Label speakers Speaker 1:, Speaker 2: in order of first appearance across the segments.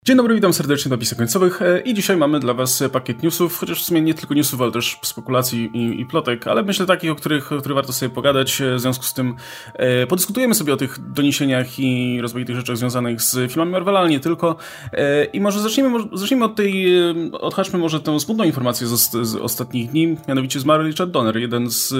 Speaker 1: Dzień dobry, witam serdecznie w napisach końcowych i dzisiaj mamy dla was pakiet newsów, chociaż w sumie nie tylko newsów, ale też spekulacji i plotek, ale myślę takich, o których warto sobie pogadać. W związku z tym podyskutujemy sobie o tych doniesieniach i rozmaitych rzeczach związanych z filmami Marvela, ale nie tylko. I może zacznijmy od odhaczmy może tę smutną informację z ostatnich dni, mianowicie zmarł Richard Donner, jeden z,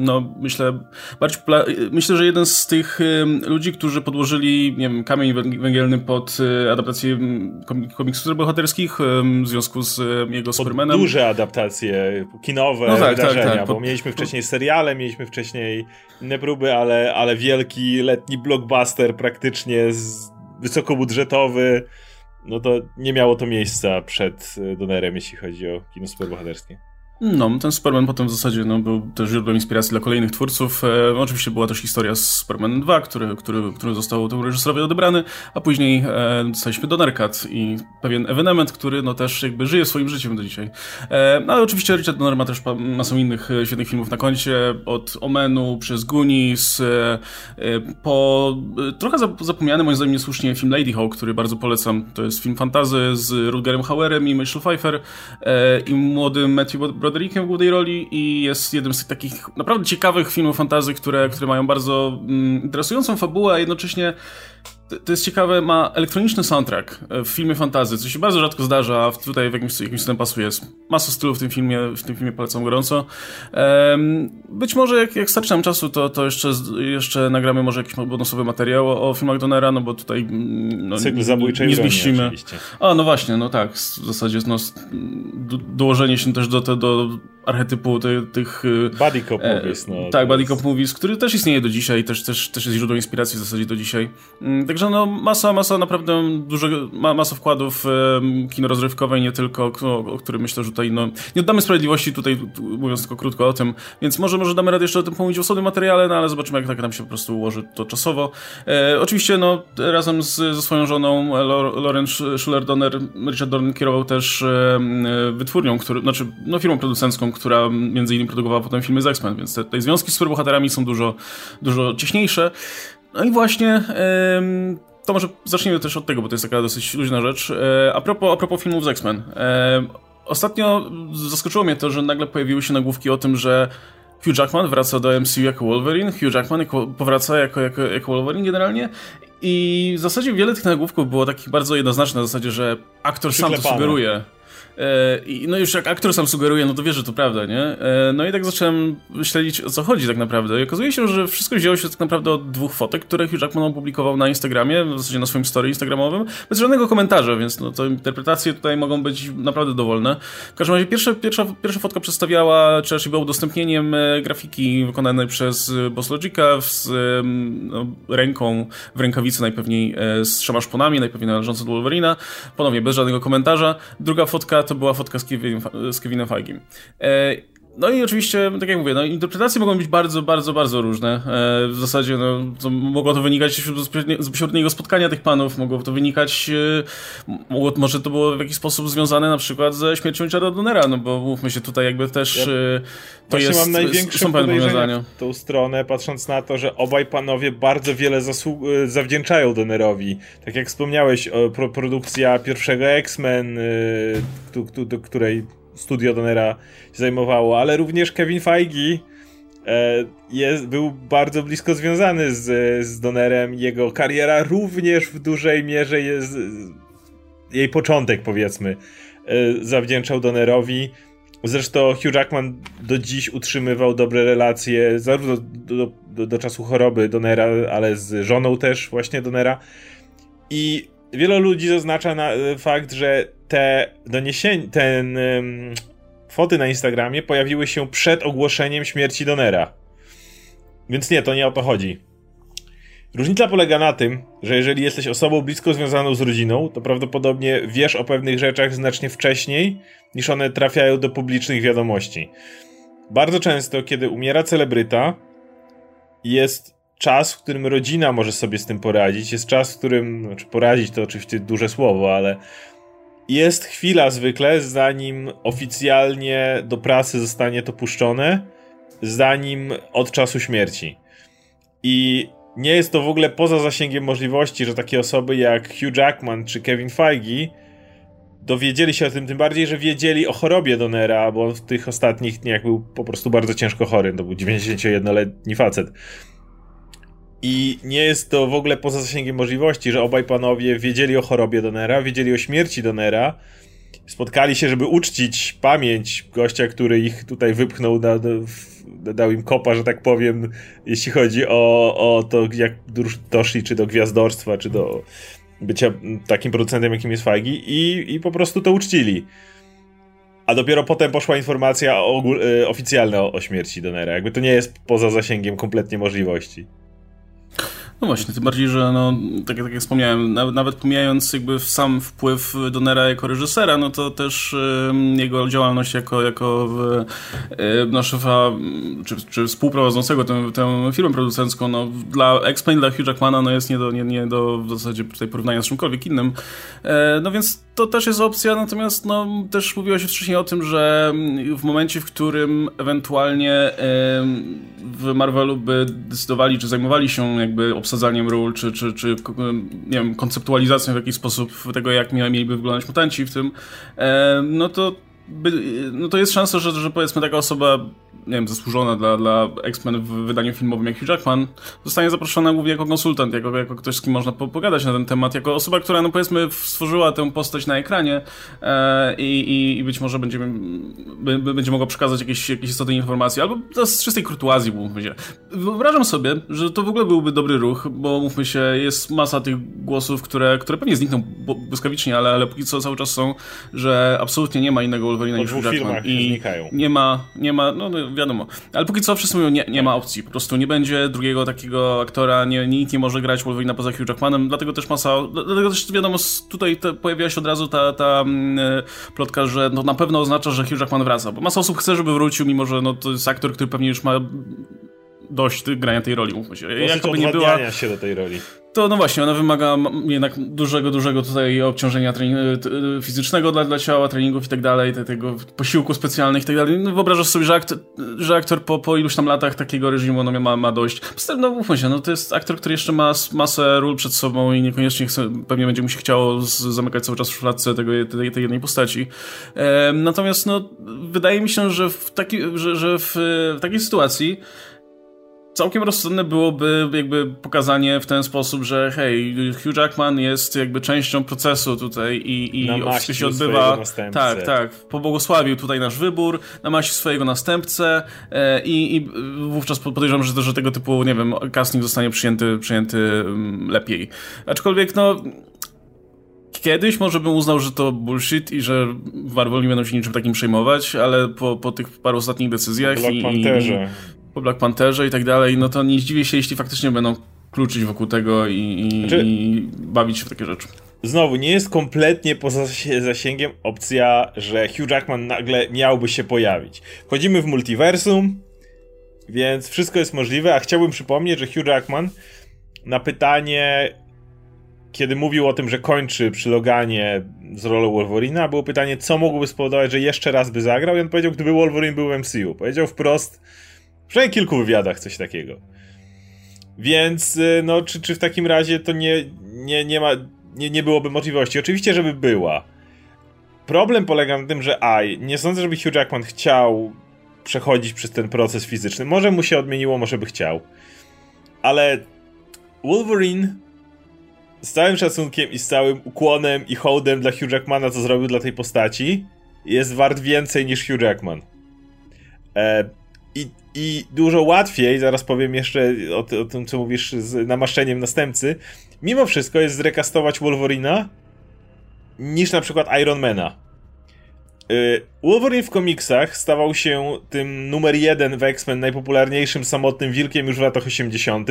Speaker 1: myślę, że jeden z tych ludzi, którzy podłożyli, nie wiem, kamień węgielny pod adaptację komiksów superbohaterskich w związku z jego Supermanem.
Speaker 2: Duże adaptacje kinowe, wydarzenia, bo mieliśmy wcześniej seriale, mieliśmy wcześniej inne próby, ale wielki letni blockbuster praktycznie wysokobudżetowy, no to nie miało to miejsca przed Donnerem, jeśli chodzi o kino superbohaterskie.
Speaker 1: No, ten Superman potem w zasadzie był też źródłem inspiracji dla kolejnych twórców. Oczywiście była też historia z Superman 2, który został temu reżyserowi odebrany, a później dostaliśmy Donner Cut i pewien ewenement, który też jakby żyje swoim życiem do dzisiaj. Ale oczywiście Richard Donner ma też masę innych świetnych filmów na koncie, od Omenu przez Goonies, po trochę zapomniany moim zdaniem niesłusznie film Ladyhawke, który bardzo polecam. To jest film fantasy z Rutgerem Hauerem i Michelle Pfeiffer i młodym Matthew Broderickiem w głównej roli i jest jednym z tych takich naprawdę ciekawych filmów fantasy, które mają bardzo interesującą fabułę, a jednocześnie to jest ciekawe, ma elektroniczny soundtrack w filmie fantasy, co się bardzo rzadko zdarza, a tutaj w jakimś cudem pasuje. Jest masa stylu w tym filmie polecam gorąco. Być może jak starczy nam czasu, to jeszcze nagramy może jakiś bonusowy materiał o filmach Donnera, no bo tutaj
Speaker 2: cykl zabójczej
Speaker 1: nie zmieścimy.
Speaker 2: Oczywiście.
Speaker 1: A, no właśnie, no tak, w zasadzie dołożenie się też do archetypu tych
Speaker 2: buddy cop movies.
Speaker 1: Tak, buddy cop movies, który też istnieje do dzisiaj, też jest źródłem inspiracji w zasadzie do dzisiaj. Także masa naprawdę masa wkładów kino rozrywkowe i nie tylko, o którym myślę, że tutaj nie oddamy sprawiedliwości tutaj, mówiąc tylko krótko o tym, więc może damy radę jeszcze o tym pomówić w osobnym materiale, ale zobaczymy, jak tak nam się po prostu ułoży to czasowo. Oczywiście razem ze swoją żoną Lauren Schuler Donner, Richard Donner kierował też wytwórnią, firmą producencką, która między innymi produkowała potem filmy z X-Men, więc te związki z superbohaterami są dużo cieśniejsze. No i właśnie to może zacznijmy też od tego, bo to jest taka dosyć luźna rzecz. A propos filmów z X-Men. Ostatnio zaskoczyło mnie to, że nagle pojawiły się nagłówki o tym, że Hugh Jackman wraca do MCU jako Wolverine, Hugh Jackman powraca jako Wolverine generalnie. I w zasadzie wiele tych nagłówków było takich bardzo jednoznacznych na zasadzie, że aktor sam to sugeruje. No już jak aktor sam sugeruje, no to wiesz, że to prawda, nie? No i tak zacząłem śledzić, o co chodzi tak naprawdę. I okazuje się, że wszystko wzięło się tak naprawdę od 2 fotek, które Hugh Jackman opublikował na Instagramie, w zasadzie na swoim story instagramowym, bez żadnego komentarza, więc to interpretacje tutaj mogą być naprawdę dowolne. W każdym razie pierwsza fotka przedstawiała, czy raczej była udostępnieniem grafiki wykonanej przez Boss Logica z ręką w rękawicy najpewniej z 3 szponami, najpewniej należącą do Wolverina. Ponownie bez żadnego komentarza. Druga fotka to była fotka z Kevinem Feigiem. No i oczywiście, tak jak mówię, interpretacje mogą być bardzo, bardzo, bardzo różne. W zasadzie mogło to wynikać z bezpośredniego spotkania tych panów, mogło to wynikać, może to było w jakiś sposób związane na przykład ze śmiercią Richarda Donnera, no bo mówmy się tutaj jakby też to jest,
Speaker 2: mam największe podejrzenia w tą stronę, patrząc na to, że obaj panowie bardzo wiele zawdzięczają Donnerowi. Tak jak wspomniałeś, produkcja pierwszego X-Men, do której studio Donnera się zajmowało, ale również Kevin Feige był bardzo blisko związany z Donnerem. Jego kariera również w dużej mierze jest, jej początek powiedzmy, zawdzięczał Donnerowi. Zresztą Hugh Jackman do dziś utrzymywał dobre relacje zarówno do czasu choroby Donnera, ale z żoną też właśnie Donnera. I wielu ludzi zaznacza fakt, że te foty na Instagramie pojawiły się przed ogłoszeniem śmierci Donnera. Więc nie, to nie o to chodzi. Różnica polega na tym, że jeżeli jesteś osobą blisko związaną z rodziną, to prawdopodobnie wiesz o pewnych rzeczach znacznie wcześniej, niż one trafiają do publicznych wiadomości. Bardzo często, kiedy umiera celebryta, jest czas, w którym rodzina może sobie z tym poradzić. Jest czas, w którym, poradzić to oczywiście duże słowo, ale jest chwila zwykle, zanim oficjalnie do prasy zostanie to puszczone, zanim od czasu śmierci. I nie jest to w ogóle poza zasięgiem możliwości, że takie osoby jak Hugh Jackman czy Kevin Feige dowiedzieli się o tym, tym bardziej, że wiedzieli o chorobie Donnera, bo on w tych ostatnich dniach był po prostu bardzo ciężko chory. To był 91-letni facet. I nie jest to w ogóle poza zasięgiem możliwości, że obaj panowie wiedzieli o chorobie Donnera, wiedzieli o śmierci Donnera, spotkali się, żeby uczcić pamięć gościa, który ich tutaj wypchnął, dał im kopa, że tak powiem, jeśli chodzi o to, jak doszli czy do gwiazdorstwa, czy do bycia takim producentem, jakim jest Feige, i po prostu to uczcili. A dopiero potem poszła informacja oficjalna o śmierci Donnera. Jakby to nie jest poza zasięgiem kompletnie możliwości.
Speaker 1: No właśnie, tym bardziej, że no, tak jak wspomniałem, nawet pomijając jakby sam wpływ Donnera jako reżysera, no to też jego działalność jako szefa, czy współprowadzącego tę firmę producencką, no dla X-Men, dla Hugh Jackmana, no jest nie do w zasadzie tutaj porównania z czymkolwiek innym. No więc to też jest opcja, natomiast no też mówiło się wcześniej o tym, że w momencie, w którym ewentualnie w Marvelu by decydowali, czy zajmowali się jakby obsadzaniem ról, czy nie wiem, konceptualizacją w jakiś sposób tego, jak mieliby wyglądać mutanci w tym, no to jest szansa, że powiedzmy taka osoba, nie wiem, zasłużona dla X-Men w wydaniu filmowym jak Hugh Jackman zostanie zaproszona głównie jako konsultant, jako ktoś, z kim można pogadać na ten temat, jako osoba, która, no powiedzmy, stworzyła tę postać na ekranie i być może będzie mogła przekazać jakieś istotne informacje, albo to z czystej kurtuazji, mówmy się. Wyobrażam sobie, że to w ogóle byłby dobry ruch, bo mówmy się, jest masa tych głosów, które pewnie znikną błyskawicznie, ale póki co cały czas są, że absolutnie nie ma innego Wolverina niż Hugh Jackman i nie ma, no wiadomo, ale póki co wszyscy mówią, nie ma opcji, po prostu nie będzie drugiego takiego aktora, nikt nie może grać Wolverina poza Hugh Jackmanem, dlatego też wiadomo, tutaj pojawiła się od razu ta plotka, że no na pewno oznacza, że Hugh Jackman wraca, bo masa osób chce, żeby wrócił, mimo że no to jest aktor, który pewnie już ma dość grania tej roli, mówmy się.
Speaker 2: Jakoby nie była się do tej roli.
Speaker 1: To no właśnie, ona wymaga jednak dużego tutaj obciążenia fizycznego dla ciała, treningów i tak dalej, tego posiłku specjalnych i tak dalej. No, wyobrażasz sobie, że aktor po iluś tam latach takiego reżimu no, ma dość. No mówmy się, no to jest aktor, który jeszcze ma masę ról przed sobą i niekoniecznie pewnie będzie mu się chciało zamykać cały czas w szufladce tej jednej postaci. Natomiast no wydaje mi się, że w takiej sytuacji całkiem rozsądne byłoby jakby pokazanie w ten sposób, że hej, Hugh Jackman jest jakby częścią procesu tutaj i wszystko się odbywa. Tak, pobłogosławił tutaj nasz wybór, namaścił swojego następcę i wówczas podejrzewam, że tego typu, nie wiem, casting zostanie przyjęty lepiej. Aczkolwiek no kiedyś może bym uznał, że to bullshit i że w Marvel nie będą się niczym takim przejmować, ale po tych paru ostatnich decyzjach po Black Pantherze i tak dalej, no to nie zdziwię się, jeśli faktycznie będą kluczyć wokół tego i bawić się w takie rzeczy.
Speaker 2: Znowu, nie jest kompletnie poza zasięgiem opcja, że Hugh Jackman nagle miałby się pojawić. Wchodzimy w multiversum, więc wszystko jest możliwe, a chciałbym przypomnieć, że Hugh Jackman na pytanie, kiedy mówił o tym, że kończy przy Loganie z rolą Wolverina, było pytanie, co mogłoby spowodować, że jeszcze raz by zagrał, i on powiedział, gdyby Wolverine był w MCU. Powiedział wprost, przynajmniej w kilku wywiadach coś takiego. Więc, no, czy w takim razie to nie byłoby możliwości? Oczywiście, żeby była. Problem polega na tym, że nie sądzę, żeby Hugh Jackman chciał przechodzić przez ten proces fizyczny. Może mu się odmieniło, może by chciał. Ale Wolverine z całym szacunkiem i z całym ukłonem i hołdem dla Hugh Jackmana, co zrobił dla tej postaci, jest wart więcej niż Hugh Jackman. I dużo łatwiej, zaraz powiem jeszcze o tym, co mówisz z namaszczeniem następcy, mimo wszystko jest zrekastować Wolverina niż na przykład Ironmana. Wolverine w komiksach stawał się tym numer 1 w X-Men, najpopularniejszym samotnym wilkiem już w latach 80.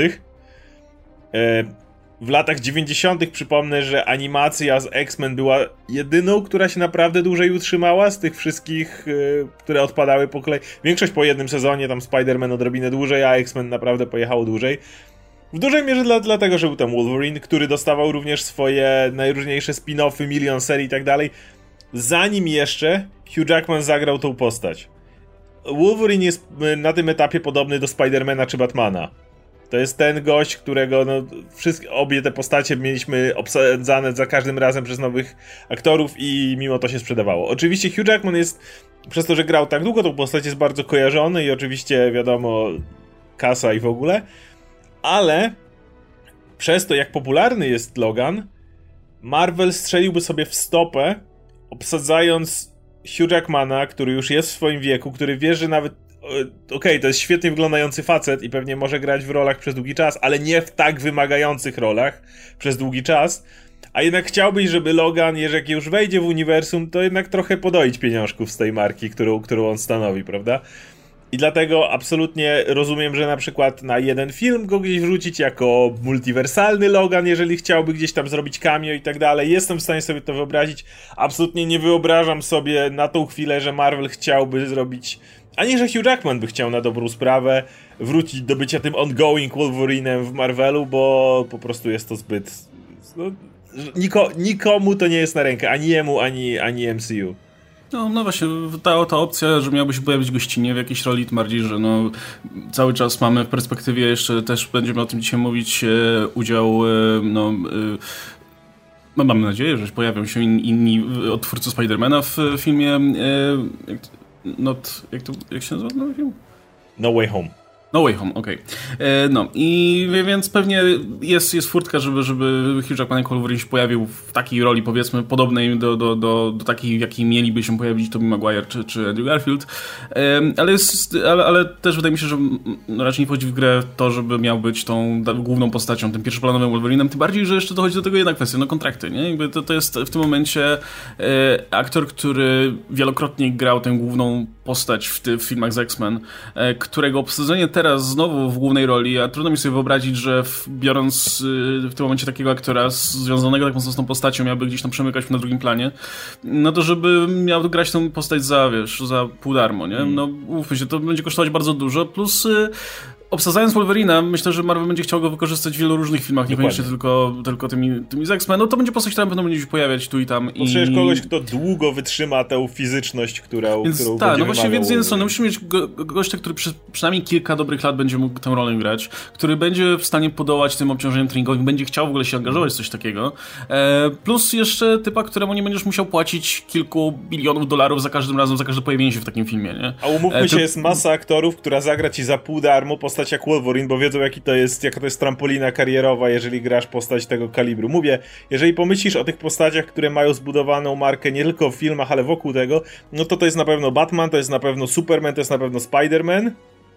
Speaker 2: W latach 90. przypomnę, że animacja z X-Men była jedyną, która się naprawdę dłużej utrzymała z tych wszystkich, które odpadały po kolei. Większość po jednym sezonie, tam Spider-Man odrobinę dłużej, a X-Men naprawdę pojechało dłużej. W dużej mierze dlatego, że był tam Wolverine, który dostawał również swoje najróżniejsze spin-offy, milion serii i tak dalej, zanim jeszcze Hugh Jackman zagrał tą postać. Wolverine jest na tym etapie podobny do Spider-Mana czy Batmana. To jest ten gość, którego obie te postacie mieliśmy obsadzane za każdym razem przez nowych aktorów i mimo to się sprzedawało. Oczywiście Hugh Jackman jest, przez to, że grał tak długo, tą postać jest bardzo kojarzony i oczywiście wiadomo, kasa i w ogóle, ale przez to, jak popularny jest Logan, Marvel strzeliłby sobie w stopę, obsadzając Hugh Jackmana, który już jest w swoim wieku, który wie, że nawet okej, to jest świetnie wyglądający facet i pewnie może grać w rolach przez długi czas, ale nie w tak wymagających rolach przez długi czas, a jednak chciałbyś, żeby Logan, jeżeli już wejdzie w uniwersum, to jednak trochę podoić pieniążków z tej marki, którą on stanowi, prawda? I dlatego absolutnie rozumiem, że na przykład na jeden film go gdzieś wrzucić jako multiwersalny Logan, jeżeli chciałby gdzieś tam zrobić cameo i tak dalej. Jestem w stanie sobie to wyobrazić. Absolutnie nie wyobrażam sobie na tą chwilę, że Marvel chciałby zrobić, ani że Hugh Jackman by chciał na dobrą sprawę wrócić do bycia tym ongoing Wolverinem w Marvelu, bo po prostu jest to zbyt... nikomu to nie jest na rękę, ani jemu, ani MCU.
Speaker 1: No właśnie, ta opcja, że miałby się pojawić gościnnie w jakiejś roli, tym bardziej, że cały czas mamy w perspektywie, jeszcze też będziemy o tym dzisiaj mówić, udział, mam nadzieję, że pojawią się inni odtwórcy Spidermana w filmie, jak się nazywa ten film?
Speaker 2: No Way Home.
Speaker 1: No Way Home, okej. No i więc pewnie jest furtka, żeby Hugh Jackman jako Wolverine się pojawił w takiej roli, powiedzmy, podobnej do takiej, w jakiej mieliby się pojawić Tobey Maguire czy Andrew Garfield. Ale też wydaje mi się, że raczej nie wchodzi w grę to, żeby miał być tą główną postacią, tym pierwszoplanowym Wolverinem, tym bardziej, że jeszcze dochodzi do tego jedna kwestia, kontrakty, nie? Jakby to jest w tym momencie aktor, który wielokrotnie grał tę główną postać w filmach z X-Men, którego obsadzenie teraz znowu w głównej roli, a trudno mi sobie wyobrazić, że biorąc w tym momencie takiego aktora związanego tak mocno z tą postacią, miałby gdzieś tam przemykać na drugim planie, no to żeby miał grać tę postać za pół darmo, nie? No mówmy się, to będzie kosztować bardzo dużo, plus obsadzając Wolverina, myślę, że Marvel będzie chciał go wykorzystać w wielu różnych filmach, niekoniecznie tylko tymi z X-Men. No to będzie postać, która na pewno będzie się pojawiać tu i tam.
Speaker 2: Potrzebujesz kogoś, kto długo wytrzyma tę fizyczność, którą
Speaker 1: tak, no właśnie, więc z jednej strony musimy mieć gościa, który przynajmniej kilka dobrych lat będzie mógł tę rolę grać, który będzie w stanie podołać tym obciążeniom treningowym, będzie chciał w ogóle się angażować w coś takiego. Plus jeszcze typa, któremu nie będziesz musiał płacić kilku bilionów dolarów za każdym razem, za każde pojawienie się w takim filmie, nie?
Speaker 2: A umówmy się, jest masa aktorów, która zagra ci za pół darmo postać jak Wolverine, bo wiedzą jaka to jest trampolina karierowa, jeżeli grasz postać tego kalibru. Mówię, jeżeli pomyślisz o tych postaciach, które mają zbudowaną markę nie tylko w filmach, ale wokół tego, no to jest na pewno Batman, to jest na pewno Superman, to jest na pewno Spider-Man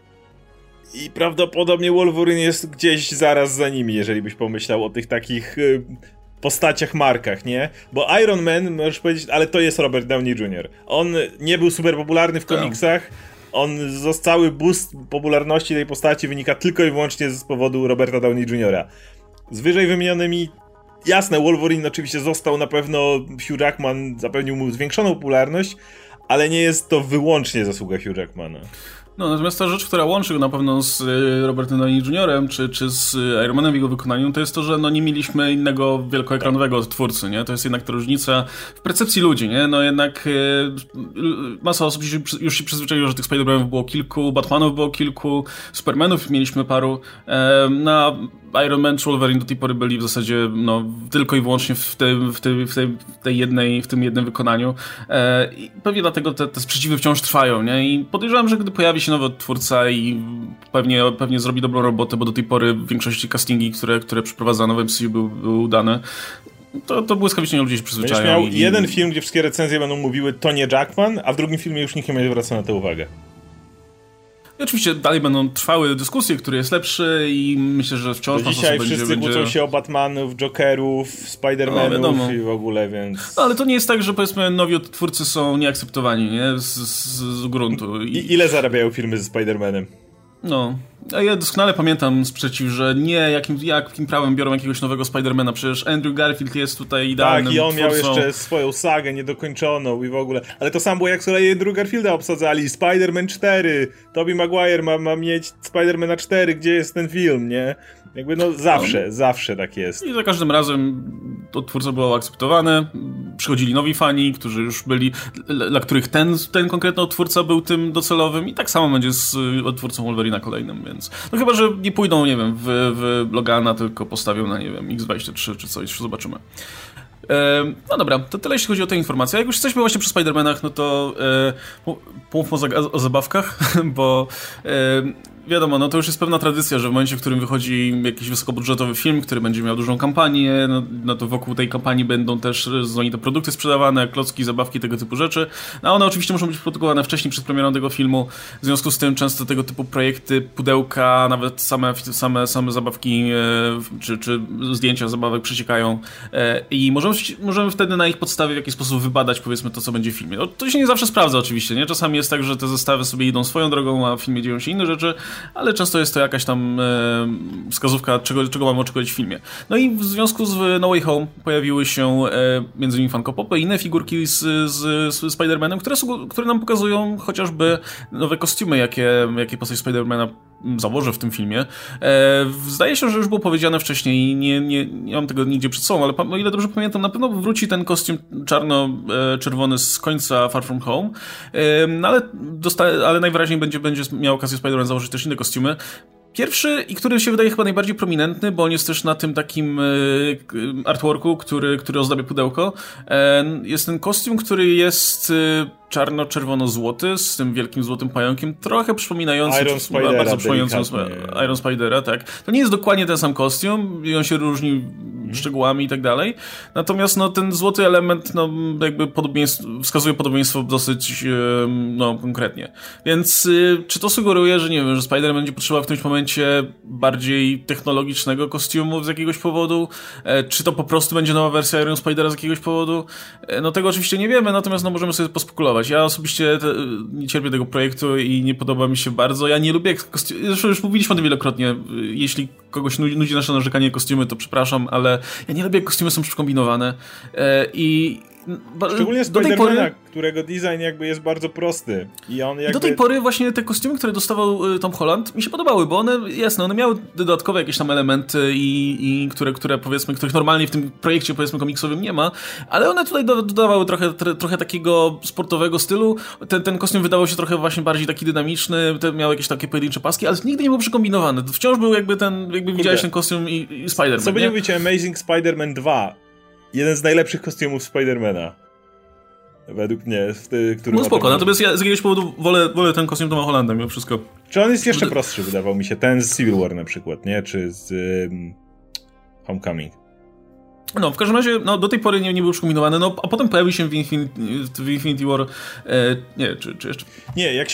Speaker 2: i prawdopodobnie Wolverine jest gdzieś zaraz za nimi, jeżeli byś pomyślał o tych takich postaciach, markach, nie? Bo Iron Man, możesz powiedzieć, ale to jest Robert Downey Jr. On nie był super popularny w komiksach, cały boost popularności tej postaci wynika tylko i wyłącznie z powodu Roberta Downey Jr. Z wyżej wymienionymi, jasne, Wolverine oczywiście został na pewno, Hugh Jackman zapewnił mu zwiększoną popularność, ale nie jest to wyłącznie zasługa Hugh Jackmana.
Speaker 1: No, natomiast ta rzecz, która łączy go na pewno z Robertem Downey Jr. czy z Iron Manem w jego wykonaniu, to jest to, że nie mieliśmy innego wielkoekranowego twórcy, nie? To jest jednak ta różnica w percepcji ludzi, nie? No jednak masa osób już się przyzwyczaiło, że tych Spider-Manów było kilku, Batmanów było kilku, Supermanów mieliśmy paru, na Iron Man czy Wolverine do tej pory byli w zasadzie tylko i wyłącznie w tym jednym wykonaniu. I pewnie dlatego te sprzeciwy wciąż trwają, nie? I podejrzewam, że gdy pojawi się nowy odtwórca i pewnie zrobi dobrą robotę, bo do tej pory w większości castingi, które przeprowadzano w MCU były udane, to błyskawicznie ludzie się przyzwyczają.
Speaker 2: Będziesz miał jeden film, gdzie wszystkie recenzje będą mówiły to nie Jackman, a w drugim filmie już nikt nie będzie zwracał na to uwagę.
Speaker 1: I oczywiście dalej będą trwały dyskusje, który jest lepszy i myślę, że wciąż
Speaker 2: to dzisiaj wszyscy kłócą się o Batmanów, Jokerów, Spider-Manów i w ogóle, więc...
Speaker 1: No ale to nie jest tak, że powiedzmy nowi odtwórcy są nieakceptowani, nie? Z gruntu.
Speaker 2: I ile zarabiają filmy ze Spider-Manem?
Speaker 1: No, a ja doskonale pamiętam sprzeciw, że jakim prawem biorą jakiegoś nowego Spidermana, przecież Andrew Garfield jest tutaj idealnym
Speaker 2: Tak, i on
Speaker 1: twórcą.
Speaker 2: miał jeszcze swoją sagę niedokończoną i w ogóle, ale to samo było jak z kolei Andrew Garfielda obsadzali, Spider-Man 4, Tobey Maguire ma mieć Spider-Mana 4, gdzie jest ten film, nie? Jakby zawsze tak jest.
Speaker 1: I za każdym razem od twórca było akceptowane, przychodzili nowi fani, którzy już byli, dla których ten konkretny odtwórca był tym docelowym i tak samo będzie z odtwórcą Wolverina kolejnym, więc no chyba, że nie pójdą, nie wiem, w Logana, tylko postawią na, nie wiem, X23 czy coś, zobaczymy. No dobra, to tyle jeśli chodzi o te informacje. A jak już jesteśmy właśnie przy Spider-Manach, no to pomówmy o zabawkach, bo wiadomo, no to już jest pewna tradycja, że w momencie, w którym wychodzi jakiś wysokobudżetowy film, który będzie miał dużą kampanię, no to wokół tej kampanii będą też znamienite produkty sprzedawane, klocki, zabawki, tego typu rzeczy. No one oczywiście muszą być produkowane wcześniej przed premierą tego filmu, w związku z tym często tego typu projekty, pudełka, nawet same zabawki czy zdjęcia zabawek przeciekają i możemy wtedy na ich podstawie w jakiś sposób wybadać, powiedzmy, to, co będzie w filmie. No, to się nie zawsze sprawdza oczywiście, nie? Czasami jest tak, że te zestawy sobie idą swoją drogą, a w filmie dzieją się inne rzeczy, ale często jest to jakaś tam wskazówka, czego mamy oczekiwać w filmie. No i w związku z No Way Home pojawiły się między innymi Funko Popy i inne figurki z Spider-Manem, które nam pokazują chociażby nowe kostiumy, jakie postać Spider-Mana założę w tym filmie. Zdaje się, że już było powiedziane wcześniej, nie mam tego nigdzie przed sobą, ale o ile dobrze pamiętam, na pewno wróci ten kostium czarno-czerwony z końca Far From Home, no ale najwyraźniej będzie miał okazję Spider-Man założyć też inne kostiumy. Pierwszy, i który się wydaje chyba najbardziej prominentny, bo on jest też na tym takim artworku, który ozdabia pudełko, jest ten kostium, który jest czarno-czerwono-złoty, z tym wielkim złotym pająkiem, trochę przypominający bardzo przypominający Iron Spidera, tak. To nie jest dokładnie ten sam kostium i on się różni szczegółami i tak dalej, natomiast no, ten złoty element no, jakby wskazuje podobieństwo dosyć konkretnie. Więc czy to sugeruje, że nie wiem, że Spider-Man będzie potrzebował w tym momencie bardziej technologicznego kostiumu z jakiegoś powodu? Czy to po prostu będzie nowa wersja Iron Spidera z jakiegoś powodu? No tego oczywiście nie wiemy, natomiast no, możemy sobie pospekulować. Ja osobiście nie cierpię tego projektu i nie podoba mi się bardzo. Ja nie lubię kostiumów. Zresztą już mówiliśmy o tym wielokrotnie. Jeśli kogoś nudzi nasze narzekanie kostiumy, to przepraszam, ale ja nie lubię, jak kostiumy są przekombinowane.
Speaker 2: Szczególnie Spider-Mana, którego design jakby jest bardzo prosty. I on jakby...
Speaker 1: Do tej pory właśnie te kostiumy, które dostawał Tom Holland, mi się podobały, bo one miały dodatkowe jakieś tam elementy które powiedzmy, których normalnie w tym projekcie powiedzmy komiksowym nie ma, ale one tutaj dodawały trochę takiego sportowego stylu. Ten kostium wydawał się trochę właśnie bardziej taki dynamiczny, miał jakieś takie pojedyncze paski, ale nigdy nie był przekombinowany. Wciąż był jakby widziałeś ten kostium i Spider-Man.
Speaker 2: Co by nie mówić, Amazing Spider-Man 2. Jeden z najlepszych kostiumów Spidermana. Według mnie. Który
Speaker 1: no spoko, natomiast ja z jakiegoś powodu wolę ten kostium Toma Hollanda mimo wszystko.
Speaker 2: Czy on jest jeszcze prostszy, wydawał mi się. Ten z Civil War na przykład, nie? Czy z Homecoming.
Speaker 1: No, w każdym razie, no, do tej pory nie był przekombinowany, no, a potem pojawił się w Infinity War, nie, czy jeszcze...
Speaker 2: Nie, jak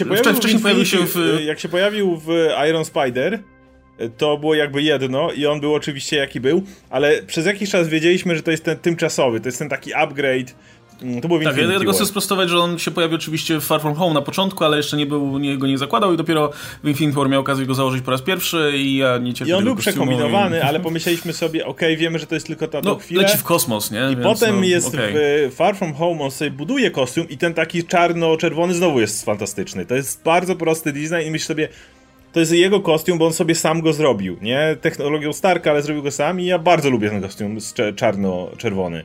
Speaker 2: się pojawił w Iron Spider, to było jakby jedno i on był oczywiście jaki był, ale przez jakiś czas wiedzieliśmy, że to jest ten tymczasowy, to jest ten taki upgrade. To było
Speaker 1: tak, ja tylko chcę sprostować, że on się pojawił oczywiście w Far From Home na początku, ale jeszcze go nie zakładał i dopiero w Infinity War miał okazję go założyć po raz pierwszy i ja nie cierpię.
Speaker 2: I on był przekombinowany, ale pomyśleliśmy sobie, wiemy, że to jest tylko ta chwilę.
Speaker 1: Leci w kosmos, nie?
Speaker 2: I potem jest w Far From Home, on sobie buduje kostium i ten taki czarno-czerwony znowu jest fantastyczny. To jest bardzo prosty design i myślę sobie, to jest jego kostium, bo on sobie sam go zrobił, nie? Technologią Starka, ale zrobił go sam i ja bardzo lubię ten kostium czarno-czerwony.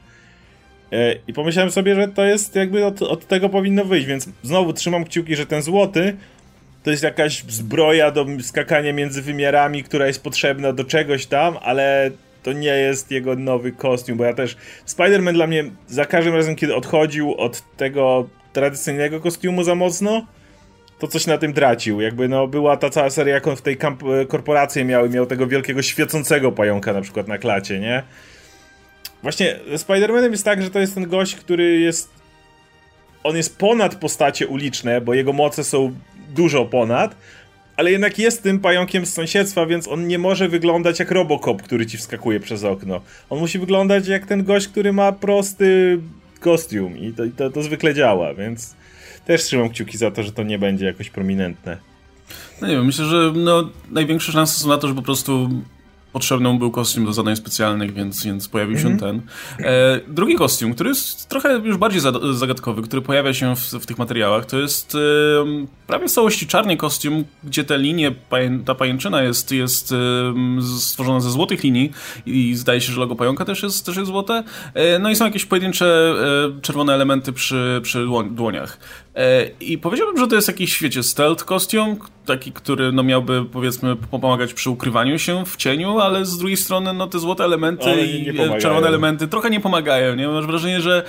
Speaker 2: I pomyślałem sobie, że to jest jakby od tego powinno wyjść, więc znowu trzymam kciuki, że ten złoty to jest jakaś zbroja do skakania między wymiarami, która jest potrzebna do czegoś tam, ale to nie jest jego nowy kostium, bo ja też... Spider-Man dla mnie za każdym razem, kiedy odchodził od tego tradycyjnego kostiumu za mocno, to coś na tym tracił. Jakby była ta cała seria, jak on w tej korporacji miał tego wielkiego świecącego pająka na przykład na klacie, nie? Właśnie ze Spider-Manem jest tak, że to jest ten gość, który jest... On jest ponad postacie uliczne, bo jego moce są dużo ponad, ale jednak jest tym pająkiem z sąsiedztwa, więc on nie może wyglądać jak Robocop, który ci wskakuje przez okno. On musi wyglądać jak ten gość, który ma prosty kostium i to zwykle działa, więc też trzymam kciuki za to, że to nie będzie jakoś prominentne.
Speaker 1: No nie wiem, myślę, że największe szanse są na to, że po prostu potrzebny był kostium do zadań specjalnych, więc pojawił się ten. Drugi kostium, który jest trochę już bardziej zagadkowy, który pojawia się w tych materiałach, to jest prawie w całości czarny kostium, gdzie te linie, ta pajęczyna jest stworzona ze złotych linii i zdaje się, że logo pająka też jest złote. No i są jakieś pojedyncze czerwone elementy przy dłoniach. I powiedziałbym, że to jest jakiś, wiecie, stealth kostium, taki, który no miałby, powiedzmy, pomagać przy ukrywaniu się w cieniu, ale z drugiej strony no te złote elementy i czerwone elementy trochę nie pomagają, nie? Masz wrażenie, że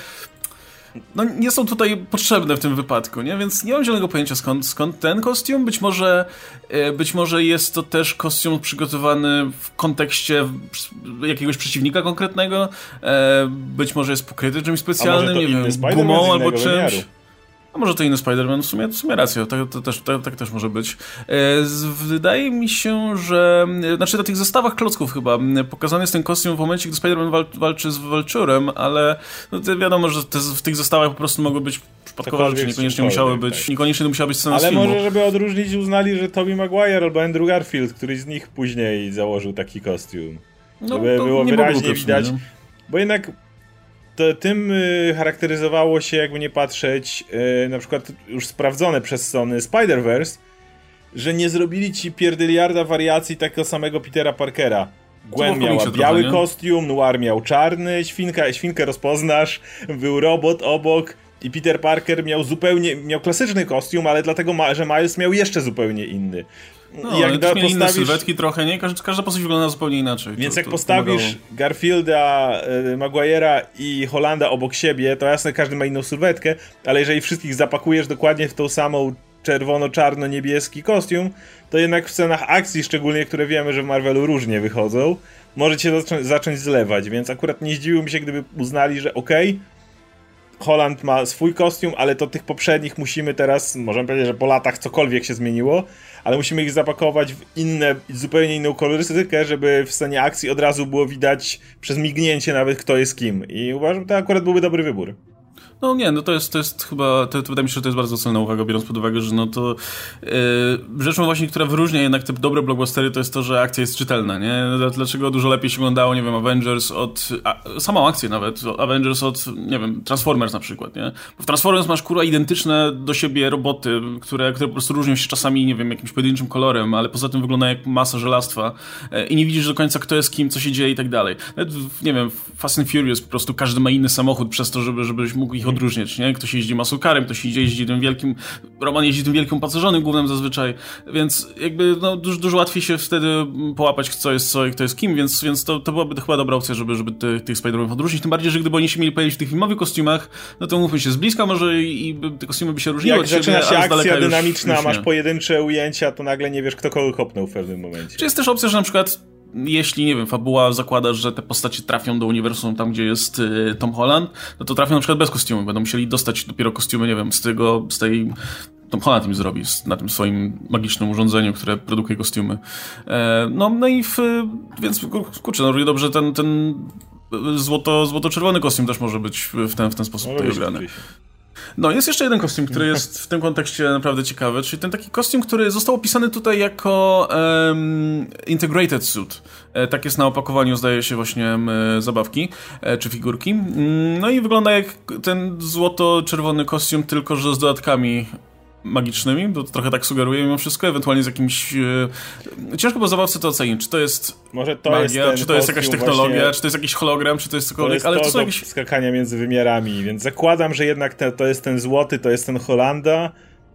Speaker 1: no nie są tutaj potrzebne w tym wypadku, nie? Więc nie mam zielonego pojęcia skąd ten kostium. Być może jest to też kostium przygotowany w kontekście jakiegoś przeciwnika konkretnego. Być może jest pokryty czymś specjalnym, nie wiem, gumą albo czymś. Wymiaru. A może to inny Spider-Man, w sumie racja, tak też może być. Wydaje mi się, że... Znaczy na tych zestawach klocków chyba pokazany jest ten kostium w momencie, gdy Spider-Man walczy z Vulturem, ale no to wiadomo, że w tych zestawach po prostu mogły być przypadkowe rzeczy, niekoniecznie musiały być, tak. Niekoniecznie to musiała być scena z filmu.
Speaker 2: Ale może, żeby odróżnić, uznali, że Tobey Maguire albo Andrew Garfield, któryś z nich później założył taki kostium. No, żeby było wyraźnie widać, nie? Bo jednak... Tym charakteryzowało się, jakby nie patrzeć, na przykład już sprawdzone przez Sony Spider-Verse, że nie zrobili ci pierdyliarda wariacji takiego samego Petera Parkera. Gwen miała biały kostium, Noir miał czarny, świnkę rozpoznasz, był robot obok i Peter Parker miał klasyczny kostium, ale dlatego, że Miles miał jeszcze zupełnie inny.
Speaker 1: No, jak postawisz inne sylwetki trochę, nie? Każda postać wygląda zupełnie inaczej.
Speaker 2: Więc jak postawisz Garfielda, Maguire'a i Hollanda obok siebie, to jasne, każdy ma inną sylwetkę, ale jeżeli wszystkich zapakujesz dokładnie w tą samą czerwono-czarno-niebieski kostium, to jednak w scenach akcji, szczególnie które wiemy, że w Marvelu różnie wychodzą, może się zacząć zlewać, więc akurat nie zdziwiłbym się, gdyby uznali, że Holland ma swój kostium, ale to tych poprzednich musimy teraz, możemy powiedzieć, że po latach cokolwiek się zmieniło, ale musimy ich zapakować w zupełnie inną kolorystykę, żeby w scenie akcji od razu było widać przez mignięcie nawet, kto jest kim. I uważam, że to akurat byłby dobry wybór.
Speaker 1: No nie, no to jest chyba, wydaje mi się, że to jest bardzo cenna uwaga, biorąc pod uwagę, że no to rzeczą właśnie, która wyróżnia jednak te dobre blockbustery, to jest to, że akcja jest czytelna, nie? Dlaczego dużo lepiej się oglądało, nie wiem, Avengers samą akcję nawet, Avengers od, nie wiem, Transformers na przykład, nie? Bo w Transformers masz, identyczne do siebie roboty, które po prostu różnią się czasami, nie wiem, jakimś pojedynczym kolorem, ale poza tym wyglądają jak masa żelastwa i nie widzisz do końca, kto jest kim, co się dzieje i tak dalej. Nawet, nie wiem, Fast and Furious po prostu każdy ma inny samochód przez to, żebyś mógł ich odróżniać, nie? Ktoś jeździ muscle-carem, ktoś jeździ tym wielkim... Roman jeździ tym wielkim pasażernym głównym zazwyczaj, więc jakby no, dużo łatwiej się wtedy połapać, kto jest co i kto jest kim, więc to byłaby chyba dobra opcja, żeby tych Spider-Manów odróżnić, tym bardziej, że gdyby oni się mieli pojawić w tych filmowych kostiumach, no to mówmy się, z bliska może i te kostiumy by się różniły
Speaker 2: od siebie, jak zaczyna się akcja dynamiczna, już masz pojedyncze ujęcia, to nagle nie wiesz, kto kogo kopnął w pewnym momencie.
Speaker 1: Czy jest też opcja, że na przykład jeśli, nie wiem, fabuła zakłada, że te postacie trafią do uniwersum tam, gdzie jest Tom Holland, no to trafią na przykład bez kostiumu. Będą musieli dostać dopiero kostiumy, nie wiem, z tej... Tom Holland im zrobi na tym swoim magicznym urządzeniu, które produkuje kostiumy. No i więc kurczę, no dobrze, ten złoto-czerwony kostium też może być w ten sposób tutaj ograny. No, jest jeszcze jeden kostium, który jest w tym kontekście naprawdę ciekawy, czyli ten taki kostium, który został opisany tutaj jako integrated suit. Tak jest na opakowaniu, zdaje się, właśnie zabawki czy figurki. No i wygląda jak ten złoto-czerwony kostium, tylko że z dodatkami magicznymi, to trochę tak sugeruje mimo wszystko, ewentualnie z jakimś... Ciężko po zabawce to ocenić, czy to jest
Speaker 2: może to
Speaker 1: magia,
Speaker 2: jest
Speaker 1: czy to jest jakaś technologia, właśnie... czy to jest jakiś hologram, czy to jest cokolwiek, ale to są jakieś...
Speaker 2: skakania między wymiarami, więc zakładam, że jednak to jest ten złoty, to jest ten Hollanda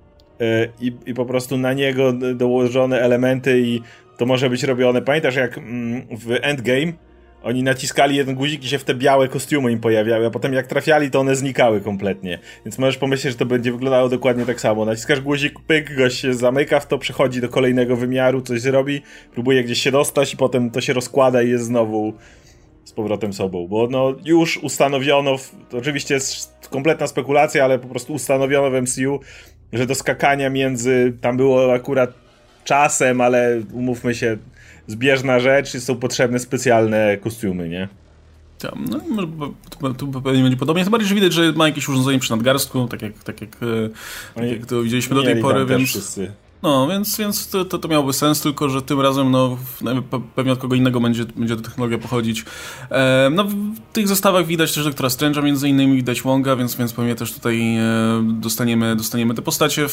Speaker 2: i po prostu na niego dołożone elementy i to może być robione. Pamiętasz, jak w Endgame oni naciskali jeden guzik i się w te białe kostiumy im pojawiały, a potem jak trafiali, to one znikały kompletnie. Więc możesz pomyśleć, że to będzie wyglądało dokładnie tak samo. Naciskasz guzik, pyk, gość się zamyka w to, przechodzi do kolejnego wymiaru, coś zrobi, próbuje gdzieś się dostać i potem to się rozkłada i jest znowu z powrotem sobą. Bo no już ustanowiono, to oczywiście jest kompletna spekulacja, ale po prostu ustanowiono w MCU, że do skakania między, tam było akurat czasem, ale umówmy się, zbieżna rzecz i są potrzebne specjalne kostiumy, nie?
Speaker 1: Tam, no może tu pewnie będzie podobnie. Tym bardziej, że widać, że ma jakieś urządzenie przy nadgarstku, tak jak to widzieliśmy do tej pory, więc...
Speaker 2: Wszyscy
Speaker 1: No, więc to miałoby sens, tylko że tym razem pewnie od kogo innego będzie ta technologia pochodzić. No, w tych zestawach widać też doktora Strange'a, między innymi widać Wonga, więc pewnie też tutaj dostaniemy te postacie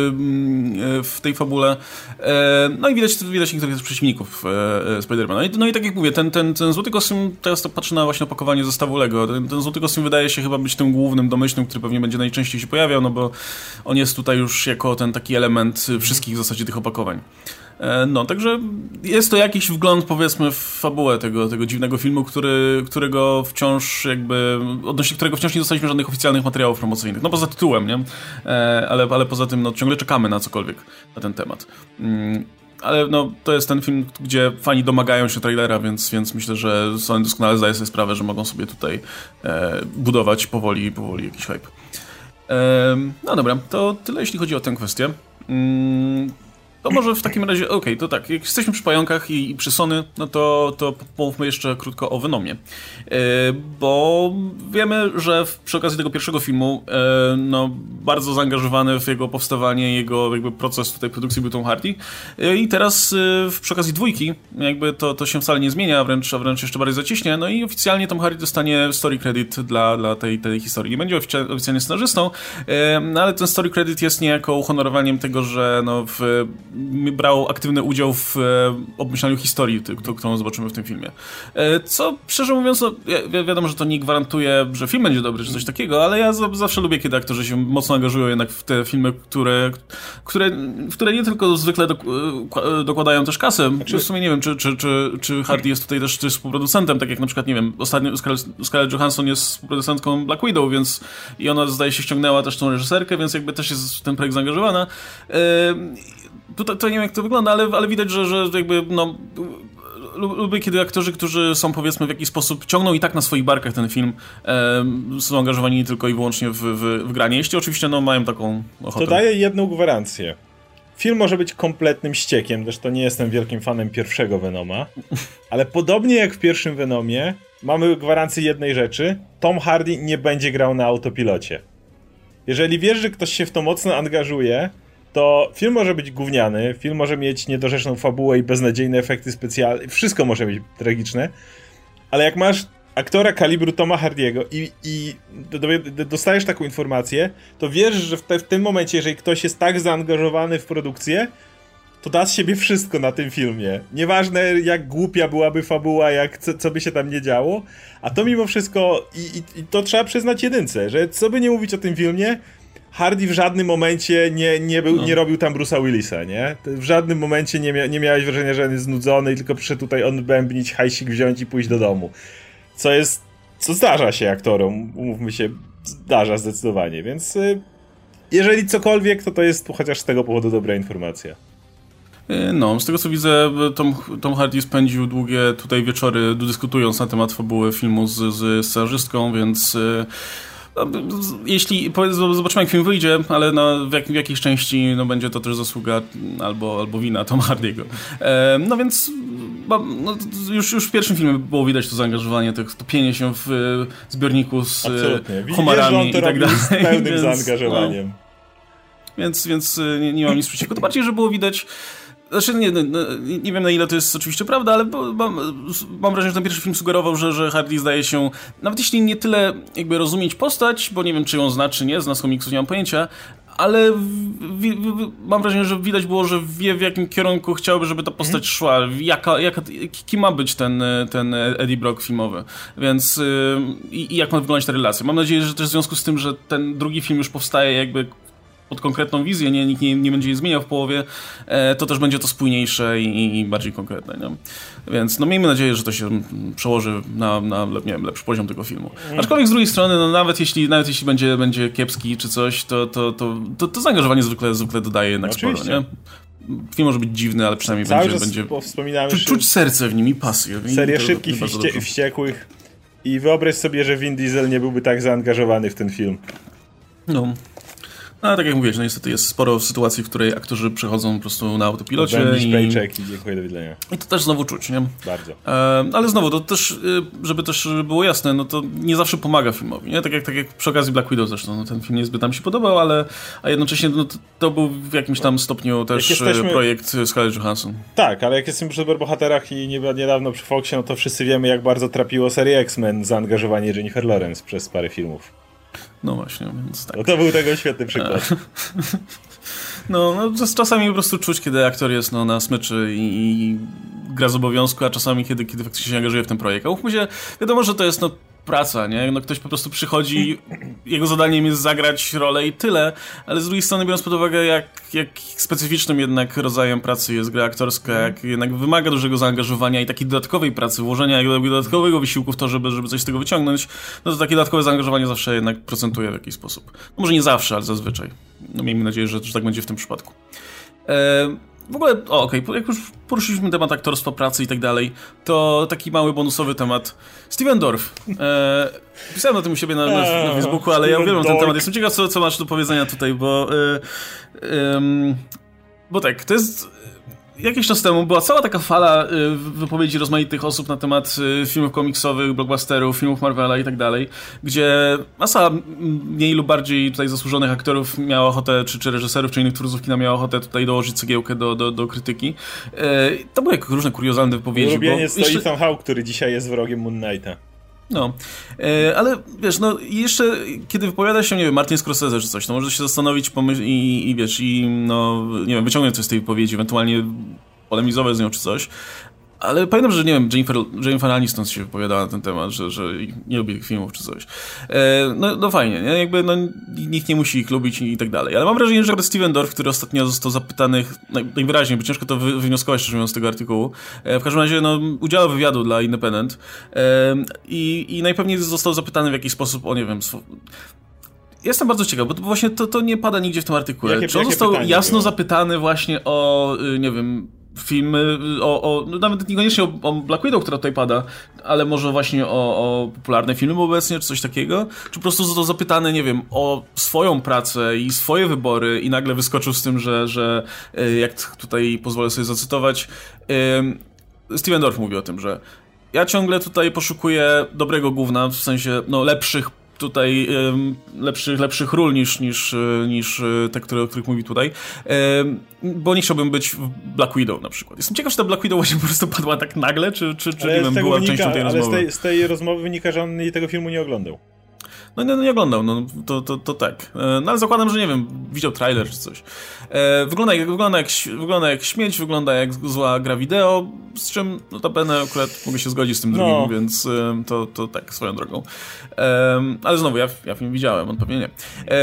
Speaker 1: w tej fabule. No i widać niektórych przeciwników Spidermana. No i tak jak mówię, ten złoty kostium, teraz to patrzę na właśnie opakowanie zestawu Lego. Ten złoty kostium wydaje się chyba być tym głównym domyślnym, który pewnie będzie najczęściej się pojawiał, no bo on jest tutaj już jako ten taki element wszystkich w zasadzie tych opakowań. No, także jest to jakiś wgląd, powiedzmy, w fabułę tego dziwnego filmu, którego wciąż odnośnie którego wciąż nie dostaliśmy żadnych oficjalnych materiałów promocyjnych. No poza tytułem, nie? Ale poza tym, no, ciągle czekamy na cokolwiek na ten temat. Ale no, to jest ten film, gdzie fani domagają się trailera, więc myślę, że Sony doskonale zdaje sobie sprawę, że mogą sobie tutaj budować powoli jakiś hype. No dobra, to tyle jeśli chodzi o tę kwestię. To może w takim razie, to tak, jak jesteśmy przy pająkach i przy Sony, no to pomówmy jeszcze krótko o Venomie. Bo wiemy, że przy okazji tego pierwszego filmu, no, bardzo zaangażowany w jego powstawanie, jego jakby proces tutaj produkcji był Tom Hardy. I teraz przy okazji dwójki, jakby to się wcale nie zmienia, a wręcz jeszcze bardziej zacieśnie. No i oficjalnie Tom Hardy dostanie story credit dla tej historii. Nie będzie oficjalnie scenarzystą, ale ten story credit jest niejako uhonorowaniem tego, że no brał aktywny udział w obmyślaniu historii, którą zobaczymy w tym filmie. Co, szczerze mówiąc, no, wiadomo, że to nie gwarantuje, że film będzie dobry, czy coś takiego, ale ja zawsze lubię, kiedy aktorzy się mocno angażują jednak w te filmy, które nie tylko zwykle dokładają też kasę. W sumie nie wiem, czy Hardy jest tutaj też współproducentem, tak jak na przykład, nie wiem, ostatnio Scarlett Johansson jest współproducentką Black Widow, więc i ona, zdaje się, ściągnęła też tą reżyserkę, więc jakby też jest w ten projekt zaangażowana. Tutaj to nie wiem, jak to wygląda, ale widać, że jakby, no, lubię, kiedy aktorzy, którzy są, powiedzmy, w jakiś sposób ciągną i tak na swoich barkach ten film, są angażowani tylko i wyłącznie w granie. Jeśli oczywiście, no, mają taką ochotę.
Speaker 2: To daje jedną gwarancję. Film może być kompletnym ściekiem, zresztą nie jestem wielkim fanem pierwszego Venoma, ale podobnie jak w pierwszym Venomie, mamy gwarancję jednej rzeczy: Tom Hardy nie będzie grał na autopilocie. Jeżeli wiesz, że ktoś się w to mocno angażuje, to film może być gówniany, film może mieć niedorzeczną fabułę i beznadziejne efekty specjalne, wszystko może być tragiczne, ale jak masz aktora kalibru Toma Hardiego i dostajesz taką informację, to wiesz, że w tym momencie, jeżeli ktoś jest tak zaangażowany w produkcję, to da z siebie wszystko na tym filmie. Nieważne, jak głupia byłaby fabuła, co by się tam nie działo, a to mimo wszystko, i to trzeba przyznać jedynce, że co by nie mówić o tym filmie, Hardy w żadnym momencie nie robił tam Bruce'a Willisa, nie? W żadnym momencie nie miałeś wrażenia, że on jest znudzony i tylko przyszedł tutaj odbębnić, hajsik wziąć i pójść do domu. Co zdarza się aktorom, umówmy się, zdarza zdecydowanie, więc jeżeli cokolwiek, to jest chociaż z tego powodu dobra informacja.
Speaker 1: No, z tego co widzę, Tom Hardy spędził długie tutaj wieczory dyskutując na temat fabuły filmu z scenarzystką, więc jeśli, zobaczymy, jak film wyjdzie, ale no, w jakiejś części no, będzie to też zasługa albo wina Tom Hardy'ego. No więc no, już w pierwszym filmie było widać to zaangażowanie, to topienie się w zbiorniku z homarami i tak dalej.
Speaker 2: Z pełnym zaangażowaniem.
Speaker 1: No, więc nie mam nic przeciwko. To bardziej, że było widać. Znaczy, nie wiem, na ile to jest oczywiście prawda, ale mam wrażenie, że ten pierwszy film sugerował, że Hardy zdaje się, nawet jeśli nie tyle jakby rozumieć postać, bo nie wiem, czy ją zna, czy nie, zna z komiksów, nie mam pojęcia, ale mam wrażenie, że widać było, że wie, w jakim kierunku chciałby, żeby ta postać szła, kim ma być ten Eddie Brock filmowy, więc i jak ma wyglądać ta relacja. Mam nadzieję, że też w związku z tym, że ten drugi film już powstaje jakby pod konkretną wizję, nikt nie będzie jej zmieniał w połowie, to też będzie to spójniejsze i bardziej konkretne. Nie? Więc no miejmy nadzieję, że to się przełoży na nie wiem, lepszy poziom tego filmu. Aczkolwiek z drugiej strony, no nawet jeśli będzie kiepski czy coś, to zaangażowanie zwykle dodaje jednak sporo, nie? Film może być dziwny, ale przynajmniej będzie czuć serce w nim i pasję.
Speaker 2: Serię Szybkich i Wściekłych i wyobraź sobie, że Vin Diesel nie byłby tak zaangażowany w ten film.
Speaker 1: No. No, tak jak mówisz, no niestety jest sporo sytuacji, w której aktorzy przechodzą po prostu na autopilocie
Speaker 2: paycheck i dziękuję, do widzenia.
Speaker 1: I to też znowu czuć, nie?
Speaker 2: Bardzo.
Speaker 1: Ale znowu, to też, żeby też było jasne, no to nie zawsze pomaga filmowi, nie? Tak jak przy okazji Black Widow zresztą, no ten film niezbyt nam się podobał, a jednocześnie no, to był w jakimś tam stopniu też projekt Scarlett Johansson.
Speaker 2: Tak, ale jak jesteśmy przy superbohaterach i niedawno przy Foxie, no to wszyscy wiemy, jak bardzo trapiło serię X-Men zaangażowanie Jennifer Lawrence przez parę filmów.
Speaker 1: No właśnie, więc tak.
Speaker 2: No to był tego świetny przykład.
Speaker 1: No czasami po prostu czuć, kiedy aktor jest na smyczy i gra z obowiązku, a czasami kiedy faktycznie się angażuje w ten projekt. A umówmy się, wiadomo, że to jest praca, nie? No ktoś po prostu przychodzi, jego zadaniem jest zagrać rolę i tyle, ale z drugiej strony biorąc pod uwagę, jak specyficznym jednak rodzajem pracy jest gra aktorska, jak jednak wymaga dużego zaangażowania i takiej dodatkowej pracy, włożenia dodatkowego wysiłku w to, żeby coś z tego wyciągnąć, no to takie dodatkowe zaangażowanie zawsze jednak procentuje w jakiś sposób. No może nie zawsze, ale zazwyczaj. No miejmy nadzieję, że tak będzie w tym przypadku. W ogóle, jak już poruszyliśmy temat aktorstwa, pracy i tak dalej, to taki mały bonusowy temat. Steven Dorff. Pisałem o tym u siebie na Facebooku, ale ja uwielbiam ten temat. Jestem ciekaw, co masz do powiedzenia tutaj, bo tak, to jest... Jakiś czas temu była cała taka fala wypowiedzi rozmaitych osób na temat filmów komiksowych, blockbusterów, filmów Marvela i tak dalej, gdzie masa mniej lub bardziej tutaj zasłużonych aktorów miała ochotę, czy reżyserów, czy innych twórców kina miała ochotę tutaj dołożyć cegiełkę do krytyki. To były różne kuriozalne wypowiedzi.
Speaker 2: Ulubienie jest to Ethan Hawke, który dzisiaj jest wrogiem Moon Knighta.
Speaker 1: No, ale wiesz, no i jeszcze kiedy wypowiada się, nie wiem, Martin Scorsese czy coś, to może się zastanowić i wiesz, no, nie wiem, wyciągnąć coś z tej wypowiedzi, ewentualnie polemizować z nią czy coś. Ale pamiętam, że nie wiem, Jennifer Aniston się wypowiadała na ten temat, że nie lubi tych filmów czy coś. No fajnie, nie? Jakby nikt nie musi ich lubić i tak dalej. Ale mam wrażenie, że Steven Dorff, który ostatnio został zapytany, najwyraźniej, bo ciężko to wywnioskować, szczerze mówiąc, z tego artykułu. W każdym razie, udziałał wywiadu dla Independent i najpewniej został zapytany w jakiś sposób o, nie wiem, jestem bardzo ciekaw, bo właśnie to nie pada nigdzie w tym artykule. Czy on został jasno zapytany właśnie o, nie wiem, filmy, nawet niekoniecznie o Black Widow, która tutaj pada, ale może właśnie o popularne filmy obecnie, czy coś takiego? Czy po prostu został zapytany, nie wiem, o swoją pracę i swoje wybory i nagle wyskoczył z tym, że jak tutaj pozwolę sobie zacytować, Steven Dorff mówi o tym, że ja ciągle tutaj poszukuję dobrego gówna, w sensie, lepszych tutaj lepszych ról niż te, o których mówi tutaj, bo nie chciałbym być w Black Widow na przykład. Jestem ciekaw, czy ta Black Widow właśnie po prostu padła tak nagle, czy nie wiem, była częścią tej rozmowy.
Speaker 2: Ale z tej rozmowy wynika, że on tego filmu nie oglądał.
Speaker 1: No nie oglądał, to tak. No ale zakładam, że nie wiem, widział trailer czy coś. Wygląda jak śmieć, wygląda jak zła gra wideo, z czym notabene akurat mogę się zgodzić z tym drugim, więc to tak, swoją drogą. Ale znowu, ja film widziałem, on pewnie nie.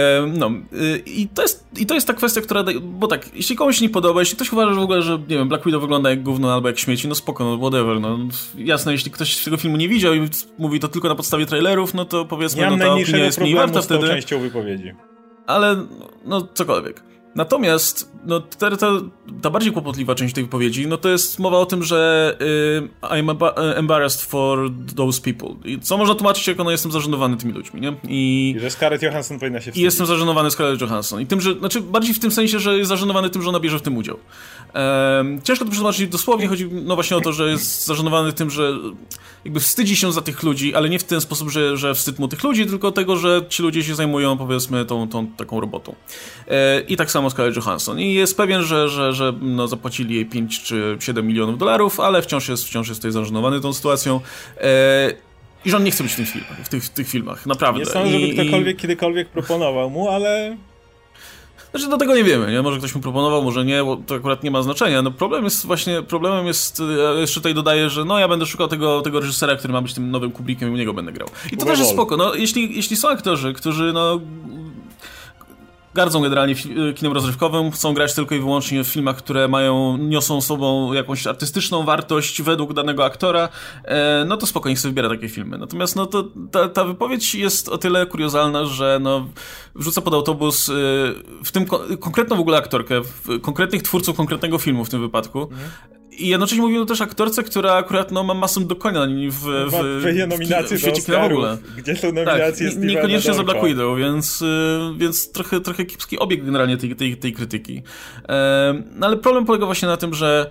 Speaker 1: I to jest ta kwestia, która... Bo tak, jeśli komuś się nie podoba, jeśli ktoś uważa, że w ogóle, że nie wiem, Black Widow wygląda jak gówno albo jak śmieci, no spoko, whatever, jasne, jeśli ktoś tego filmu nie widział i mówi to tylko na podstawie trailerów, no to powiedzmy, ta opinia jest mniej warta wtedy.
Speaker 2: Z tą częścią wypowiedzi.
Speaker 1: Ale, cokolwiek. Natomiast, ta bardziej kłopotliwa część tej wypowiedzi, to jest mowa o tym, że I'm embarrassed for those people. I co można tłumaczyć, jak jestem zażenowany tymi ludźmi, nie? I
Speaker 2: że Scarlett Johansson powinna się wstydzić.
Speaker 1: I jestem zażenowany Scarlett Johansson. I tym, że, bardziej w tym sensie, że jest zażenowany tym, że ona bierze w tym udział. Ciężko to przetłumaczyć dosłownie, chodzi właśnie o to, że jest zażenowany tym, że jakby wstydzi się za tych ludzi, ale nie w ten sposób, że wstyd mu tych ludzi, tylko tego, że ci ludzie się zajmują, powiedzmy, tą taką robotą. I tak samo Scarlett Johansson. I jest pewien, że zapłacili jej 5 czy 7 milionów dolarów, ale wciąż jest tutaj zażenowany tą sytuacją. I że on nie chce być w tych filmach, naprawdę.
Speaker 2: Nie sądzę, żeby ktokolwiek kiedykolwiek proponował mu, ale...
Speaker 1: Znaczy, do tego nie wiemy, nie? Może ktoś mu proponował, może nie, bo to akurat nie ma znaczenia. Problemem jest, jeszcze tutaj dodaję, że ja będę szukał tego reżysera, który ma być tym nowym Kubrickiem i u niego będę grał. I to też jest spoko, jeśli są aktorzy, którzy, gardzą generalnie kinem rozrywkowym, chcą grać tylko i wyłącznie w filmach, które niosą sobą jakąś artystyczną wartość według danego aktora, to spoko, niech sobie wybiera takie filmy. Natomiast ta wypowiedź jest o tyle kuriozalna, że wrzuca pod autobus w tym konkretną w ogóle aktorkę, konkretnych twórców konkretnego filmu w tym wypadku I jednocześnie mówimy też aktorce, która akurat ma masę dokonań w
Speaker 2: świecie kina w ogóle. Gdzie są nominacje
Speaker 1: tak, niekoniecznie za Black Widow, więc trochę kiepski obieg generalnie tej krytyki. No ale problem polega właśnie na tym, że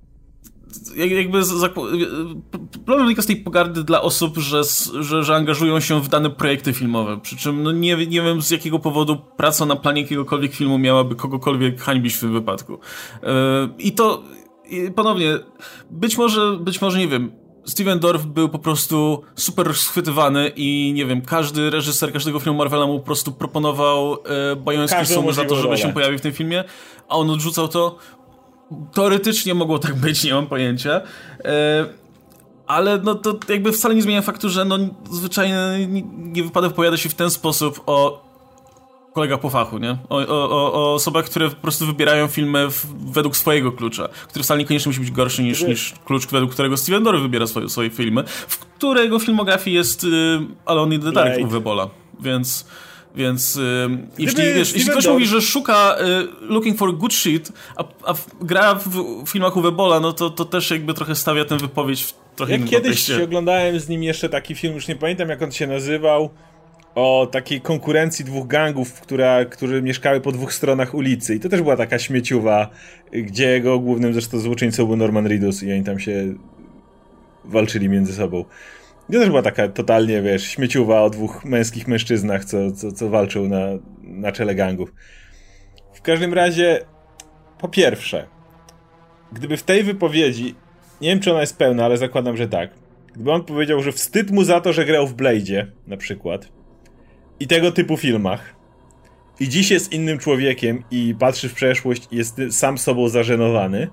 Speaker 1: problem wynika z tej pogardy dla osób, że angażują się w dane projekty filmowe, przy czym no nie wiem z jakiego powodu praca na planie jakiegokolwiek filmu miałaby kogokolwiek hańbić w tym wypadku. I to ponownie, być może nie wiem, Steven Dorff był po prostu super schwytywany i nie wiem, każdy reżyser każdego filmu Marvela mu po prostu proponował bajońskie sumy za to, żeby się pojawił w tym filmie, a on odrzucał to. Teoretycznie mogło tak być, nie mam pojęcia. Ale no to jakby wcale nie zmienia faktu, że no zwyczajnie nie wypada wypowiadać się w ten sposób o kolegach po fachu, nie? O osobach, które po prostu wybierają filmy według swojego klucza, który wcale niekoniecznie musi być gorszy niż klucz, według którego Steven Dorff wybiera swoje filmy, w którego filmografii jest Alone in the Dark Uwe Bolla, więc jeśli ktoś mówi, że szuka looking for good shit, a gra w filmach Uwe Bolla, no to też jakby trochę stawia tę wypowiedź w trochę innym kontekście.
Speaker 2: Kiedyś oglądałem z nim jeszcze taki film, już nie pamiętam jak on się nazywał, o takiej konkurencji dwóch gangów, które mieszkały po dwóch stronach ulicy. I to też była taka śmieciuwa, gdzie jego głównym zresztą złoczyńcą był Norman Reedus i oni tam się walczyli między sobą. I to też była taka totalnie, wiesz, śmieciuwa o dwóch męskich mężczyznach, co walczą na czele gangów. W każdym razie, po pierwsze, gdyby w tej wypowiedzi, nie wiem czy ona jest pełna, ale zakładam, że tak, gdyby on powiedział, że wstyd mu za to, że grał w Blade'zie, na przykład, i tego typu filmach, i dziś jest innym człowiekiem i patrzy w przeszłość i jest sam sobą zażenowany,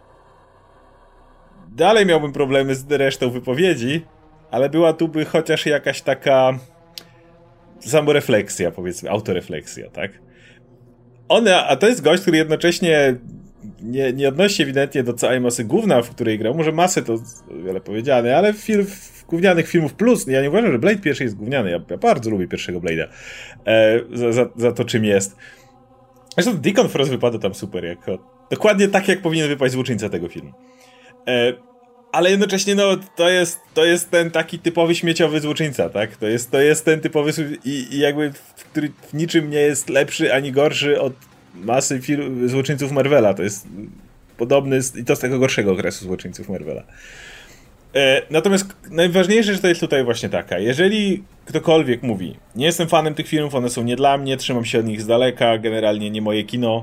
Speaker 2: dalej miałbym problemy z resztą wypowiedzi, ale była tu by chociaż jakaś taka samorefleksja, powiedzmy, autorefleksja, tak? A to jest gość, który jednocześnie nie odnosi się ewidentnie do całej masy gówna, w której grał. Może masę to wiele powiedziane, ale gównianych filmów plus. Ja nie uważam, że Blade pierwszy jest gówniany. Ja bardzo lubię pierwszego Blade'a za to, czym jest. Zresztą Deacon Frost wypada tam super. Dokładnie tak, jak powinien wypaść złoczyńca tego filmu. Ale jednocześnie, no, to jest ten taki typowy śmieciowy złoczyńca, tak? To jest ten typowy i jakby, który w niczym nie jest lepszy ani gorszy od masy złoczyńców Marvela. To jest podobny i to z tego gorszego okresu złoczyńców Marvela. Natomiast najważniejsza rzecz to jest tutaj właśnie taka. Jeżeli ktokolwiek mówi, nie jestem fanem tych filmów, one są nie dla mnie, trzymam się od nich z daleka, generalnie nie moje kino.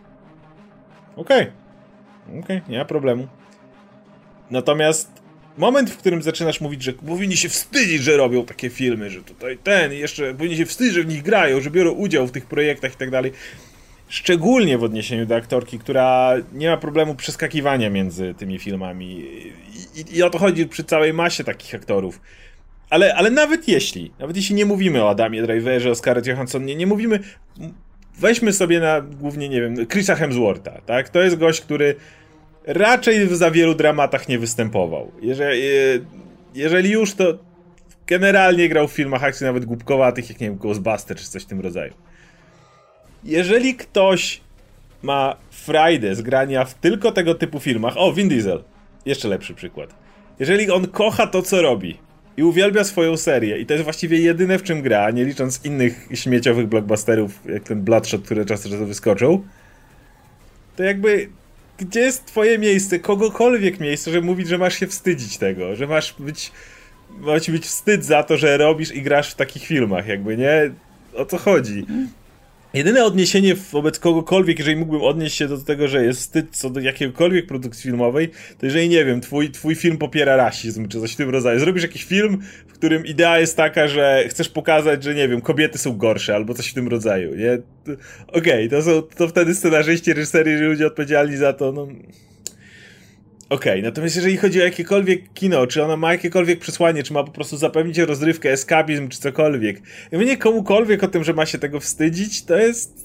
Speaker 2: Okej, nie ma problemu. Natomiast moment, w którym zaczynasz mówić, że powinni się wstydzić, że robią takie filmy, że tutaj i jeszcze powinni się wstydzić, że w nich grają, że biorą udział w tych projektach i tak dalej. Szczególnie w odniesieniu do aktorki, która nie ma problemu przeskakiwania między tymi filmami. I o to chodzi przy całej masie takich aktorów. Ale nawet jeśli nie mówimy o Adamie Driverze, o Scarlett Johansson, nie mówimy... Weźmy sobie głównie, nie wiem, Chrisa Hemswortha, tak? To jest gość, który raczej w za wielu dramatach nie występował. Jeżeli już, to generalnie grał w filmach akcji nawet głupkowatych, jak nie wiem, Ghostbusters czy coś w tym rodzaju. Jeżeli ktoś ma frajdę z grania w tylko tego typu filmach, Vin Diesel, jeszcze lepszy przykład. Jeżeli on kocha to, co robi i uwielbia swoją serię i to jest właściwie jedyne, w czym gra, nie licząc innych śmieciowych blockbusterów, jak ten Bloodshot, które czasem wyskoczą, to jakby gdzie jest twoje miejsce, kogokolwiek miejsce, żeby mówić, że masz się wstydzić tego, że ma ci być wstyd za to, że robisz i grasz w takich filmach, jakby, nie? O co chodzi? Jedyne odniesienie wobec kogokolwiek, jeżeli mógłbym odnieść się do tego, że jest wstyd co do jakiegokolwiek produkcji filmowej, to jeżeli, nie wiem, twój film popiera rasizm, czy coś w tym rodzaju. Zrobisz jakiś film, w którym idea jest taka, że chcesz pokazać, że, nie wiem, kobiety są gorsze, albo coś w tym rodzaju, nie? Okej, to wtedy scenarzyści, reżyserzy, ludzie odpowiedzialni za to, no... Okej, natomiast jeżeli chodzi o jakiekolwiek kino, czy ono ma jakiekolwiek przesłanie, czy ma po prostu zapewnić rozrywkę, eskapizm, czy cokolwiek, i mówienie komukolwiek o tym, że ma się tego wstydzić, to jest,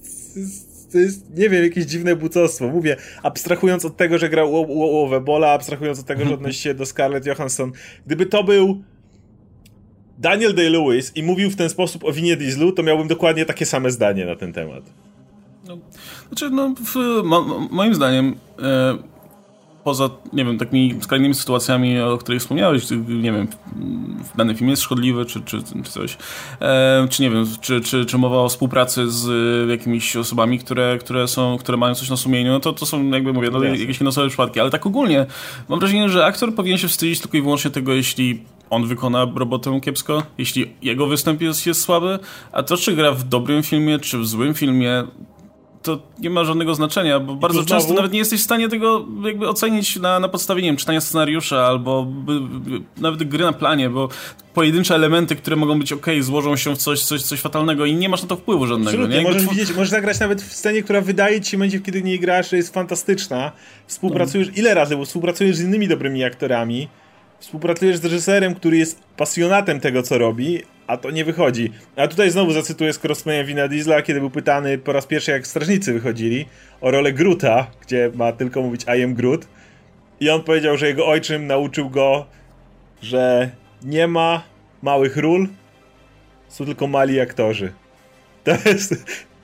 Speaker 2: nie wiem, jakieś dziwne bucostwo. Mówię, abstrahując od tego, że grał Uwe Bolla, abstrahując od tego, że odnosi się do Scarlett Johansson. Gdyby to był Daniel Day-Lewis i mówił w ten sposób o Vinie Dieslu, to miałbym dokładnie takie same zdanie na ten temat.
Speaker 1: Moim zdaniem poza, nie wiem, takimi skrajnymi sytuacjami, o których wspomniałeś, nie wiem, dany film jest szkodliwy, czy coś, czy nie wiem, czy mowa o współpracy z jakimiś osobami, które mają coś na sumieniu, no to są, jakby mówię, jakieś jednostkowe przypadki, ale tak ogólnie mam wrażenie, że aktor powinien się wstydzić tylko i wyłącznie tego, jeśli on wykona robotę kiepsko, jeśli jego występ jest słaby, a to, czy gra w dobrym filmie, czy w złym filmie, to nie ma żadnego znaczenia, bo bardzo często nawet nie jesteś w stanie tego jakby ocenić na podstawie, nie wiem, czytania scenariusza albo nawet gry na planie, bo pojedyncze elementy, które mogą być złożą się w coś fatalnego i nie masz na to wpływu żadnego.
Speaker 2: Absolutnie, możesz zagrać nawet w scenie, która wydaje ci się, będzie, kiedy nie grasz, że jest fantastyczna. Współpracujesz ile razy, bo współpracujesz z innymi dobrymi aktorami, współpracujesz z reżyserem, który jest pasjonatem tego, co robi, a to nie wychodzi. A tutaj znowu zacytuję z Crossplaya Vina Diesla, kiedy był pytany po raz pierwszy, jak Strażnicy wychodzili, o rolę Groota, gdzie ma tylko mówić I am Groot. I on powiedział, że jego ojczym nauczył go, że nie ma małych ról, są tylko mali aktorzy. To jest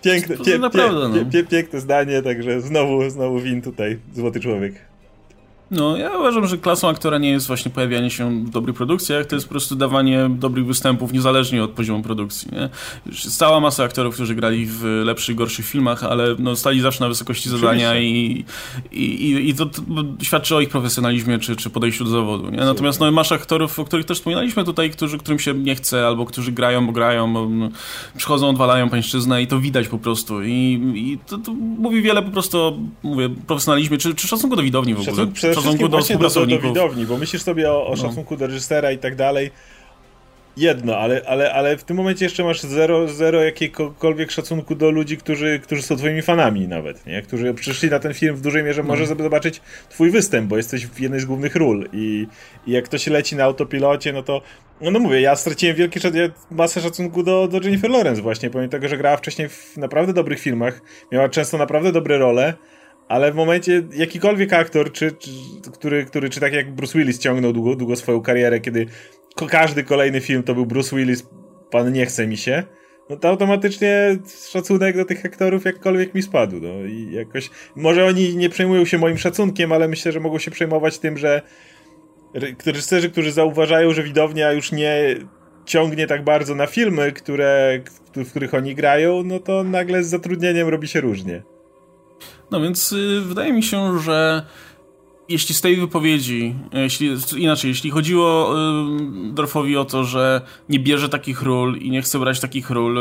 Speaker 2: piękne zdanie, także znowu Vin tutaj, złoty człowiek.
Speaker 1: No, ja uważam, że klasą aktora nie jest właśnie pojawianie się w dobrych produkcjach, to jest po prostu dawanie dobrych występów niezależnie od poziomu produkcji, nie? Jest cała masa aktorów, którzy grali w lepszych, gorszych filmach, ale no, stali zawsze na wysokości zadania i to świadczy o ich profesjonalizmie czy podejściu do zawodu, nie? Natomiast no, masz aktorów, o których też wspominaliśmy tutaj, którym się nie chce, albo którzy grają, bo przychodzą, odwalają pańszczyznę i to widać po prostu i to mówi wiele po prostu o, mówię, profesjonalizmie czy szacunku do widowni w ogóle.
Speaker 2: Wszystkim właśnie do widowni, bo myślisz sobie o szacunku do reżysera i tak dalej. Jedno, ale w tym momencie jeszcze masz zero jakiegokolwiek szacunku do ludzi, którzy są twoimi fanami nawet, nie? Którzy przyszli na ten film w dużej mierze może zobaczyć twój występ, bo jesteś w jednej z głównych ról i jak to się leci na autopilocie, no to no mówię, ja straciłem masę szacunku do Jennifer Lawrence właśnie, pomimo tego, że grała wcześniej w naprawdę dobrych filmach, miała często naprawdę dobre role. Ale w momencie jakikolwiek aktor, który tak jak Bruce Willis ciągnął długo swoją karierę, kiedy każdy kolejny film to był Bruce Willis, pan nie chce mi się, no to automatycznie szacunek do tych aktorów jakkolwiek mi spadł. No i jakoś, może oni nie przejmują się moim szacunkiem, ale myślę, że mogą się przejmować tym, że reżyserzy, którzy zauważają, że widownia już nie ciągnie tak bardzo na filmy, w których oni grają, no to nagle z zatrudnieniem robi się różnie.
Speaker 1: No więc wydaje mi się, że jeśli z tej wypowiedzi, jeśli chodziło Dorfowi o to, że nie bierze takich ról i nie chce brać takich ról,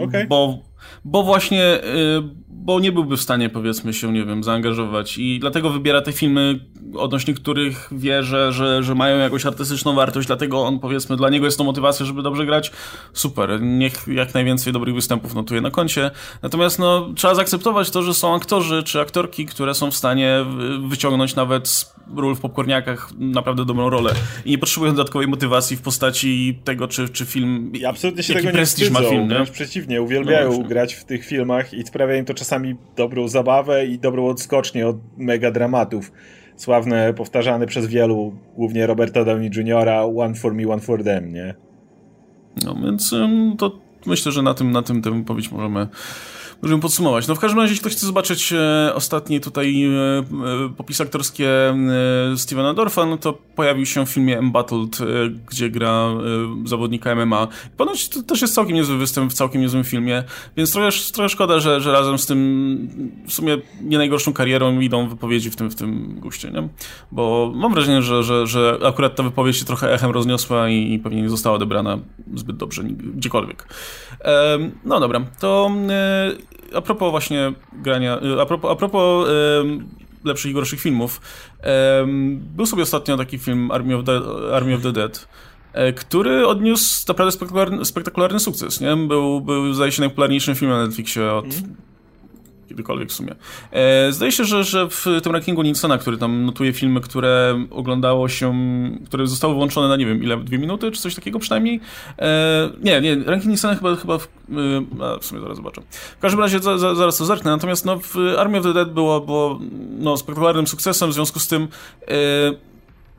Speaker 1: bo właśnie, bo nie byłby w stanie, powiedzmy się, nie wiem, zaangażować i dlatego wybiera te filmy, odnośnie których wie, że mają jakąś artystyczną wartość, dlatego on, powiedzmy, dla niego jest to motywacja, żeby dobrze grać, super, niech jak najwięcej dobrych występów notuje na koncie, natomiast no, trzeba zaakceptować to, że są aktorzy czy aktorki, które są w stanie wyciągnąć nawet z ról w popcorniakach naprawdę dobrą rolę i nie potrzebują dodatkowej motywacji w postaci tego, czy film,
Speaker 2: i absolutnie się tego nie wstydzą, ma film, wręcz przeciwnie, uwielbiają grać w tych filmach i sprawia im to czasami dobrą zabawę i dobrą odskocznię od mega dramatów. Sławne, powtarzane przez wielu, głównie Roberta Downey Jr. One for me, one for them, nie?
Speaker 1: No więc to myślę, że na tym tę wypowiedź możemy podsumować. No w każdym razie, jeśli ktoś chce zobaczyć ostatnie tutaj popisy aktorskie Stevena Dorfa, no to pojawił się w filmie Embattled, gdzie gra zawodnika MMA. Ponoć to też jest całkiem niezły występ w całkiem niezłym filmie, więc trochę szkoda, że razem z tym w sumie nie najgorszą karierą idą wypowiedzi w tym guście, nie? Bo mam wrażenie, że akurat ta wypowiedź się trochę echem rozniosła i pewnie nie została odebrana zbyt dobrze gdziekolwiek. No dobra, to a propos właśnie grania, a propos lepszych i gorszych filmów, był sobie ostatnio taki film Army of the Dead, który odniósł naprawdę spektakularny sukces, nie? Był zdaje się najpopularniejszym filmem na Netflixie od kiedykolwiek w sumie. Zdaje się, że w tym rankingu Nielsena, który tam notuje filmy, które oglądało się, które zostały włączone na nie wiem ile, 2 minuty, czy coś takiego przynajmniej. Nie, ranking Nielsena chyba w sumie zaraz zobaczę. W każdym razie zaraz to zerknę, natomiast no, w Army of the Dead było no, spektakularnym sukcesem, w związku z tym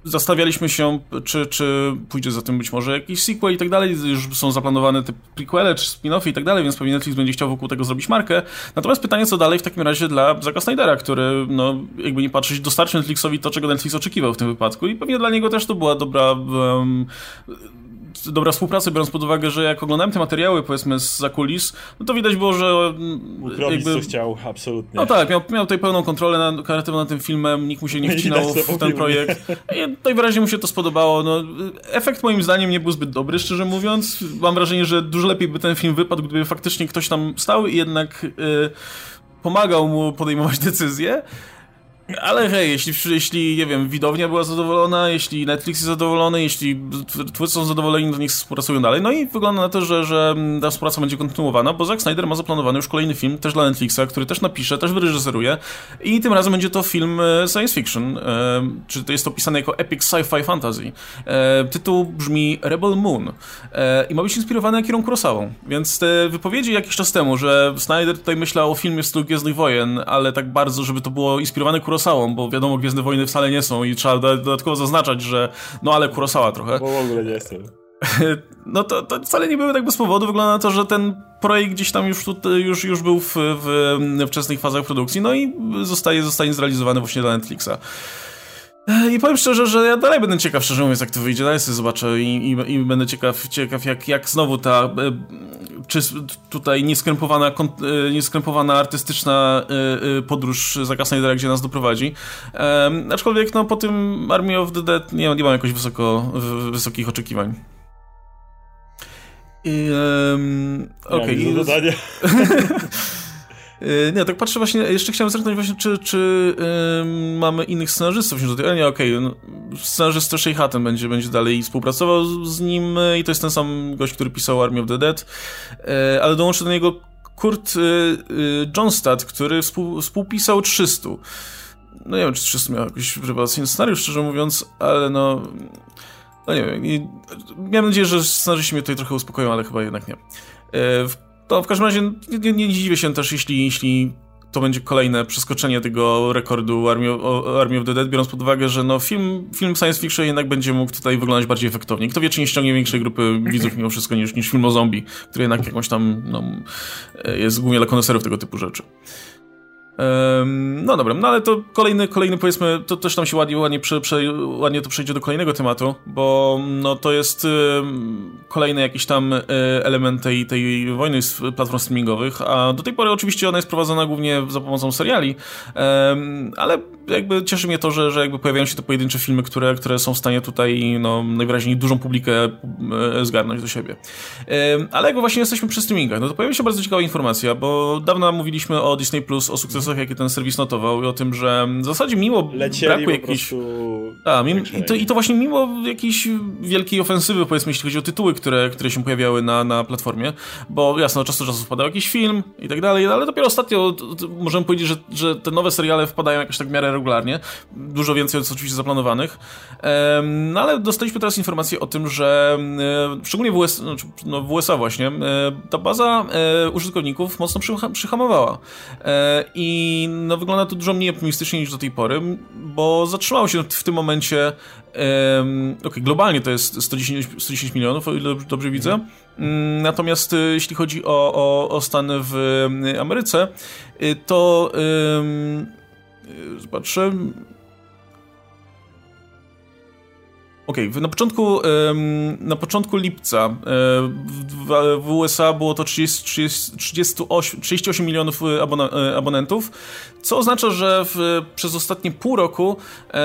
Speaker 1: Zastanawialiśmy się, czy pójdzie za tym być może jakiś sequel i tak dalej, już są zaplanowane te prequele czy spin-offy i tak dalej, więc pewnie Netflix będzie chciał wokół tego zrobić markę. Natomiast pytanie, co dalej w takim razie dla Zacka Snydera, który, no, jakby nie patrzeć, dostarczył Netflixowi to, czego Netflix oczekiwał w tym wypadku i pewnie dla niego też to była dobra współpraca, biorąc pod uwagę, że jak oglądałem te materiały, powiedzmy, zza kulis, no to widać było, że
Speaker 2: mógł robić, co chciał, absolutnie.
Speaker 1: No tak, miał tutaj pełną kontrolę nad tym filmem, nikt mu się nie wcinał w ten projekt. I najwyraźniej mu się to spodobało. No, efekt moim zdaniem nie był zbyt dobry, szczerze mówiąc. Mam wrażenie, że dużo lepiej by ten film wypadł, gdyby faktycznie ktoś tam stał i jednak pomagał mu podejmować decyzje. Ale hej, jeśli, nie wiem, widownia była zadowolona, jeśli Netflix jest zadowolony, jeśli twórcy są zadowoleni, to niech współpracują dalej. No i wygląda na to, że ta współpraca będzie kontynuowana, bo Zack Snyder ma zaplanowany już kolejny film, też dla Netflixa, który też napisze, też wyreżyseruje i tym razem będzie to film science fiction, czy to jest opisane jako epic sci-fi fantasy. Tytuł brzmi Rebel Moon i ma być inspirowany Akirą Kurosawą, więc te wypowiedzi jakiś czas temu, że Snyder tutaj myślał o filmie w stylu Gwiezdnych Wojen, ale tak bardzo, żeby to było inspirowane Kurosawą, bo wiadomo, Gwiezdne Wojny wcale nie są i trzeba dodatkowo zaznaczać, że no ale Kurosawa trochę.
Speaker 2: Bo w ogóle nie jestem.
Speaker 1: No to wcale nie było tak bez powodu. Wygląda na to, że ten projekt gdzieś tam już był w wczesnych fazach produkcji, no i zostanie zrealizowany właśnie dla Netflixa. I powiem szczerze, że ja dalej będę ciekaw, szczerze mówiąc, jak to wyjdzie, dalej sobie zobaczę i będę ciekaw jak znowu ta czy tutaj nieskrępowana artystyczna podróż Zacka Snydera, gdzie nas doprowadzi. Aczkolwiek no po tym Army of the Dead nie mam jakoś wysokich oczekiwań.
Speaker 2: Okej. Dodanie.
Speaker 1: Nie, tak patrzę właśnie, jeszcze chciałem zerknąć właśnie, czy mamy innych scenarzystów wśród tej... Nie, okej, no, scenarzysta Shea Hatton będzie dalej współpracował z nim i to jest ten sam gość, który pisał Army of the Dead, ale dołączy do niego Kurt Johnstad, który współpisał 300. No nie wiem, czy 300 miał jakiś rewelacyjny scenariusz, szczerze mówiąc, ale no nie wiem. Miałem nadzieję, że scenarzyści mnie tutaj trochę uspokoją, ale chyba jednak nie. To w każdym razie nie dziwię się też, jeśli to będzie kolejne przeskoczenie tego rekordu Army of the Dead, biorąc pod uwagę, że no film science fiction jednak będzie mógł tutaj wyglądać bardziej efektownie. Kto wie, czy nie ściągnie większej grupy widzów mimo wszystko niż film o zombie, który jednak jakąś tam jest głównie dla koneserów tego typu rzeczy. No dobra, no ale to kolejny powiedzmy, to też tam się ładnie to przejdzie do kolejnego tematu, bo no to jest kolejny jakiś tam element tej wojny z platform streamingowych, a do tej pory oczywiście ona jest prowadzona głównie za pomocą seriali, ale jakby cieszy mnie to, że jakby pojawiają się te pojedyncze filmy, które są w stanie tutaj no najwyraźniej dużą publikę zgarnąć do siebie. Ale jak właśnie jesteśmy przy streamingach, no to pojawiła się bardzo ciekawa informacja, bo dawno mówiliśmy o Disney+, o sukcesach, jakie ten serwis notował i o tym, że w zasadzie mimo braku jakichś... I to właśnie mimo jakiejś wielkiej ofensywy, powiedzmy, jeśli chodzi o tytuły, które się pojawiały na platformie, bo jasno, od czasu do czasu wpadał jakiś film i tak dalej, ale dopiero ostatnio możemy powiedzieć, że te nowe seriale wpadają jakoś tak w miarę regularnie, dużo więcej od oczywiście zaplanowanych, no ale dostaliśmy teraz informację o tym, że szczególnie w USA właśnie, ta baza użytkowników mocno przyhamowała i no wygląda to dużo mniej optymistycznie niż do tej pory, bo zatrzymało się w tym momencie globalnie to jest 110 milionów, o ile dobrze widzę. Natomiast jeśli chodzi o Stany w Ameryce, to zobaczę. Na początku lipca w USA było to 38 milionów abonentów, co oznacza, że przez ostatnie pół roku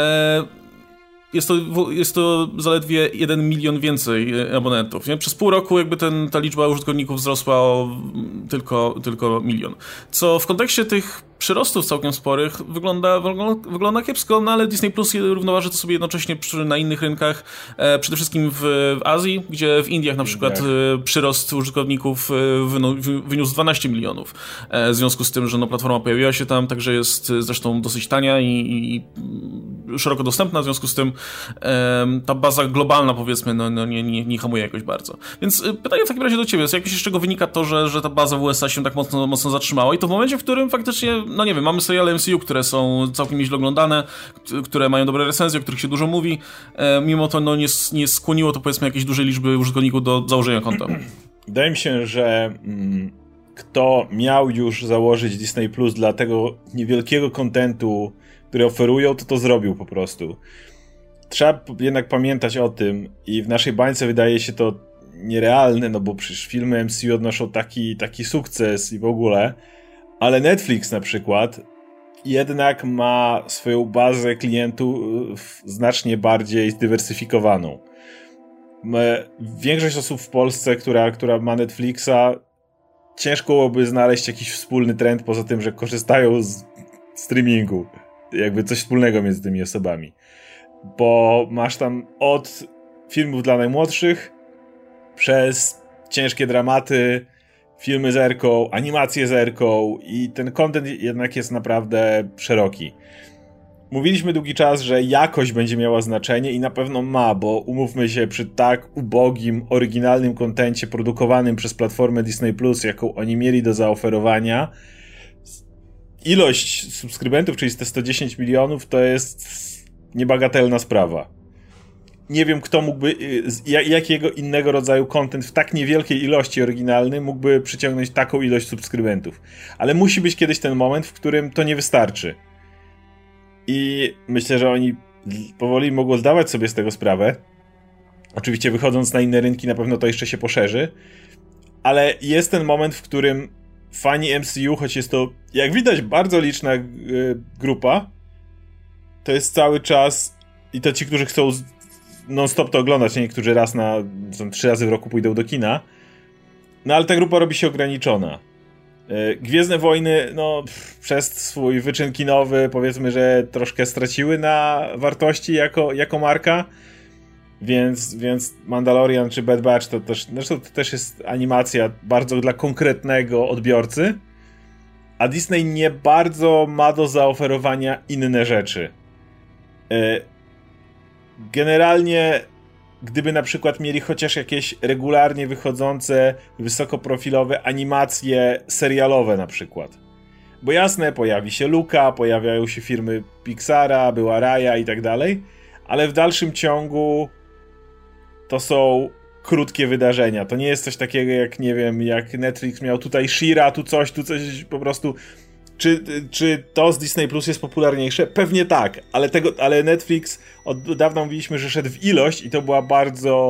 Speaker 1: jest to zaledwie 1 milion więcej abonentów. Nie? Przez pół roku jakby ta liczba użytkowników wzrosła o tylko milion. Co w kontekście tych przyrostów całkiem sporych wygląda kiepsko, no ale Disney Plus równoważy to sobie jednocześnie na innych rynkach, przede wszystkim w Azji, gdzie w Indiach na przykład przyrost użytkowników wyniósł 12 milionów. W związku z tym, że no, platforma pojawiła się tam, także jest zresztą dosyć tania i szeroko dostępna, w związku z tym ta baza globalna, powiedzmy, nie hamuje jakoś bardzo. Więc pytanie w takim razie do ciebie, jak myślisz, z czego wynika to, że ta baza w USA się tak mocno zatrzymała i to w momencie, w którym faktycznie, no nie wiem, mamy seriale MCU, które są całkiem nieźle oglądane, które mają dobre recenzje, o których się dużo mówi, mimo to nie skłoniło to, powiedzmy, jakiejś dużej liczby użytkowników do założenia konta.
Speaker 2: Wydaje mi się, że kto miał już założyć Disney Plus dla tego niewielkiego kontentu, który oferują, to zrobił po prostu. Trzeba jednak pamiętać o tym i w naszej bańce wydaje się to nierealne, no bo przecież filmy MCU odnoszą taki sukces i w ogóle, ale Netflix na przykład jednak ma swoją bazę klientów znacznie bardziej zdywersyfikowaną. Większość osób w Polsce, która ma Netflixa, ciężko byłoby znaleźć jakiś wspólny trend poza tym, że korzystają z streamingu. Jakby coś wspólnego między tymi osobami. Bo masz tam od filmów dla najmłodszych przez ciężkie dramaty, filmy z erką, animacje z erką i ten content jednak jest naprawdę szeroki. Mówiliśmy długi czas, że jakość będzie miała znaczenie i na pewno ma, bo umówmy się, przy tak ubogim, oryginalnym kontencie produkowanym przez platformę Disney+, jaką oni mieli do zaoferowania, ilość subskrybentów, czyli te 110 milionów, to jest niebagatelna sprawa. Nie wiem, kto mógłby, jakiego innego rodzaju content w tak niewielkiej ilości oryginalny mógłby przyciągnąć taką ilość subskrybentów. Ale musi być kiedyś ten moment, w którym to nie wystarczy. I myślę, że oni powoli mogą zdawać sobie z tego sprawę. Oczywiście wychodząc na inne rynki na pewno to jeszcze się poszerzy. Ale jest ten moment, w którym fani MCU, choć jest to, jak widać, bardzo liczna grupa, to jest cały czas, i to ci, którzy chcą non-stop to oglądać, nie niektórzy raz na 3 razy w roku pójdą do kina, no ale ta grupa robi się ograniczona. Gwiezdne Wojny, no przez swój wyczyn kinowy, powiedzmy, że troszkę straciły na wartości jako marka, więc Mandalorian czy Bad Batch to też jest animacja bardzo dla konkretnego odbiorcy, a Disney nie bardzo ma do zaoferowania inne rzeczy. Generalnie, gdyby na przykład mieli chociaż jakieś regularnie wychodzące, wysokoprofilowe animacje serialowe na przykład. Bo jasne, pojawi się Luka, pojawiają się firmy Pixara, była Raya i tak dalej, ale w dalszym ciągu to są krótkie wydarzenia. To nie jest coś takiego jak, nie wiem, jak Netflix miał tutaj She-Ra, tu coś po prostu. Czy to z Disney Plus jest popularniejsze? Pewnie tak, ale Netflix od dawna mówiliśmy, że szedł w ilość i to była bardzo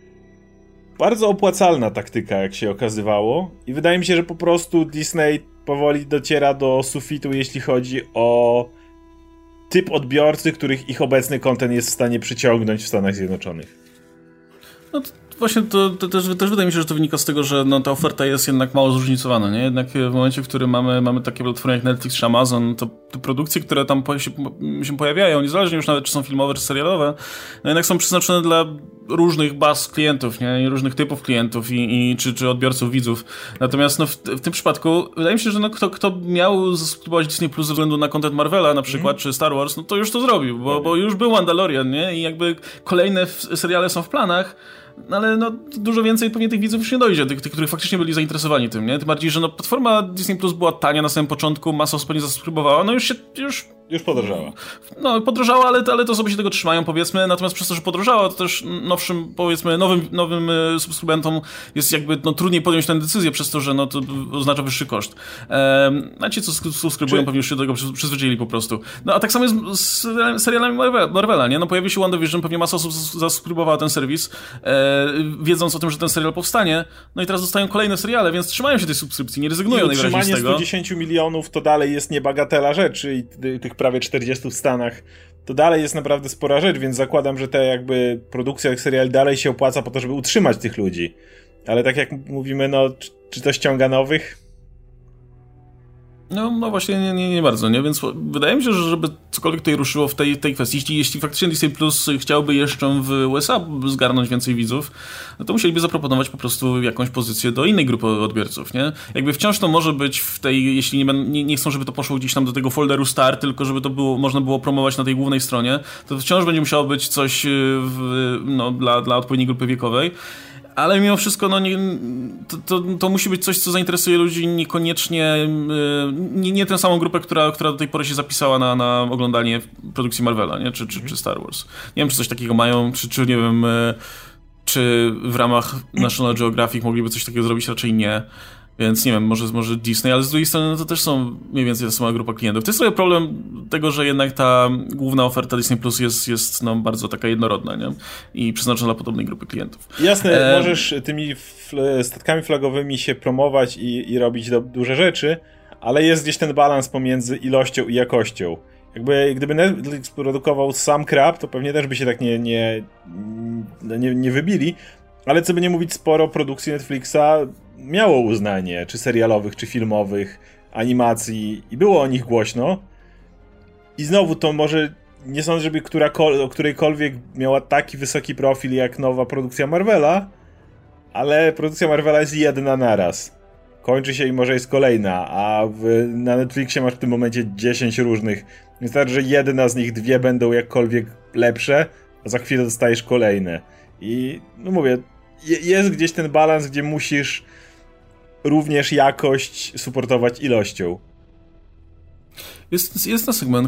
Speaker 2: bardzo opłacalna taktyka, jak się okazywało. I wydaje mi się, że po prostu Disney powoli dociera do sufitu, jeśli chodzi o typ odbiorcy, których ich obecny content jest w stanie przyciągnąć w Stanach Zjednoczonych.
Speaker 1: No właśnie to też wydaje mi się, że to wynika z tego, że no, ta oferta jest jednak mało zróżnicowana, nie? Jednak w momencie, w którym mamy takie platformy jak Netflix czy Amazon, to te produkcje, które tam się pojawiają, niezależnie już nawet czy są filmowe czy serialowe, no jednak są przeznaczone dla różnych baz klientów, nie? I różnych typów klientów czy odbiorców, widzów. Natomiast no, w tym przypadku wydaje mi się, że no, kto miał zasubskrybować Disney Plus ze względu na content Marvela na przykład, czy Star Wars, no to już to zrobił, bo już był Mandalorian, nie? I jakby kolejne seriale są w planach. No ale no, dużo więcej pewnie tych widzów już nie dojdzie, tych, których faktycznie byli zainteresowani tym, nie? Tym bardziej, że no, platforma Disney Plus była tania na samym początku, masa osób nie zasubskrybowała, no już
Speaker 2: podrożała.
Speaker 1: No, podrożała, ale to osoby się tego trzymają, powiedzmy, natomiast przez to, że podrożała, to też nowszym, powiedzmy, nowym subskrybentom jest jakby no, trudniej podjąć tę decyzję, przez to, że no, to oznacza wyższy koszt. A ci, co subskrybują, pewnie już się do tego przyzwyczaili po prostu. No, a tak samo jest z serialami Marvela, nie? No, pojawił się WandaVision, pewnie masa osób zasubskrybowała ten serwis, wiedząc o tym, że ten serial powstanie, no i teraz dostają kolejne seriale, więc trzymają się tej subskrypcji, nie rezygnują najwyraźniej z tego.
Speaker 2: Utrzymanie 110 milionów to dalej jest niebagatela rzeczy i tych prawie 40 w Stanach to dalej jest naprawdę spora rzecz, więc zakładam, że te jakby produkcja tych seriali dalej się opłaca po to, żeby utrzymać tych ludzi. Ale tak jak mówimy, no czy to ściąga nowych?
Speaker 1: No właśnie nie bardzo, nie? Więc wydaje mi się, że żeby cokolwiek tutaj ruszyło w tej kwestii, jeśli faktycznie Disney Plus chciałby jeszcze w USA zgarnąć więcej widzów, no to musieliby zaproponować po prostu jakąś pozycję do innej grupy odbiorców, nie? Jakby wciąż to może być w tej, jeśli nie chcą, żeby to poszło gdzieś tam do tego folderu Star, tylko żeby to można było promować na tej głównej stronie, to wciąż będzie musiało być coś dla odpowiedniej grupy wiekowej. Ale mimo wszystko, to musi być coś, co zainteresuje ludzi niekoniecznie, nie tę samą grupę, która do tej pory się zapisała na oglądanie produkcji Marvela, nie? Czy Star Wars. Nie wiem, czy coś takiego mają, czy nie wiem, czy w ramach National Geographic mogliby coś takiego zrobić, raczej nie. Więc nie wiem, może Disney, ale z drugiej strony to też są mniej więcej ta sama grupa klientów. To jest trochę problem tego, że jednak ta główna oferta Disney Plus jest bardzo taka jednorodna, nie? I przeznaczona dla podobnej grupy klientów.
Speaker 2: Jasne, możesz tymi statkami flagowymi się promować i robić duże rzeczy, ale jest gdzieś ten balans pomiędzy ilością i jakością. Gdyby Netflix produkował sam crap, to pewnie też by się tak nie wybili, ale co by nie mówić, sporo produkcji Netflixa miało uznanie, czy serialowych, czy filmowych, animacji i było o nich głośno. I znowu to może, nie sądzę, żeby którejkolwiek miała taki wysoki profil jak nowa produkcja Marvela, ale produkcja Marvela jest jedna naraz. Kończy się i może jest kolejna, a na Netflixie masz w tym momencie 10 różnych. Wystarczy, że jedna z nich, 2 będą jakkolwiek lepsze, a za chwilę dostajesz kolejne. I no mówię, jest gdzieś ten balans, gdzie musisz również jakość suportować ilością.
Speaker 1: Jest ten segment,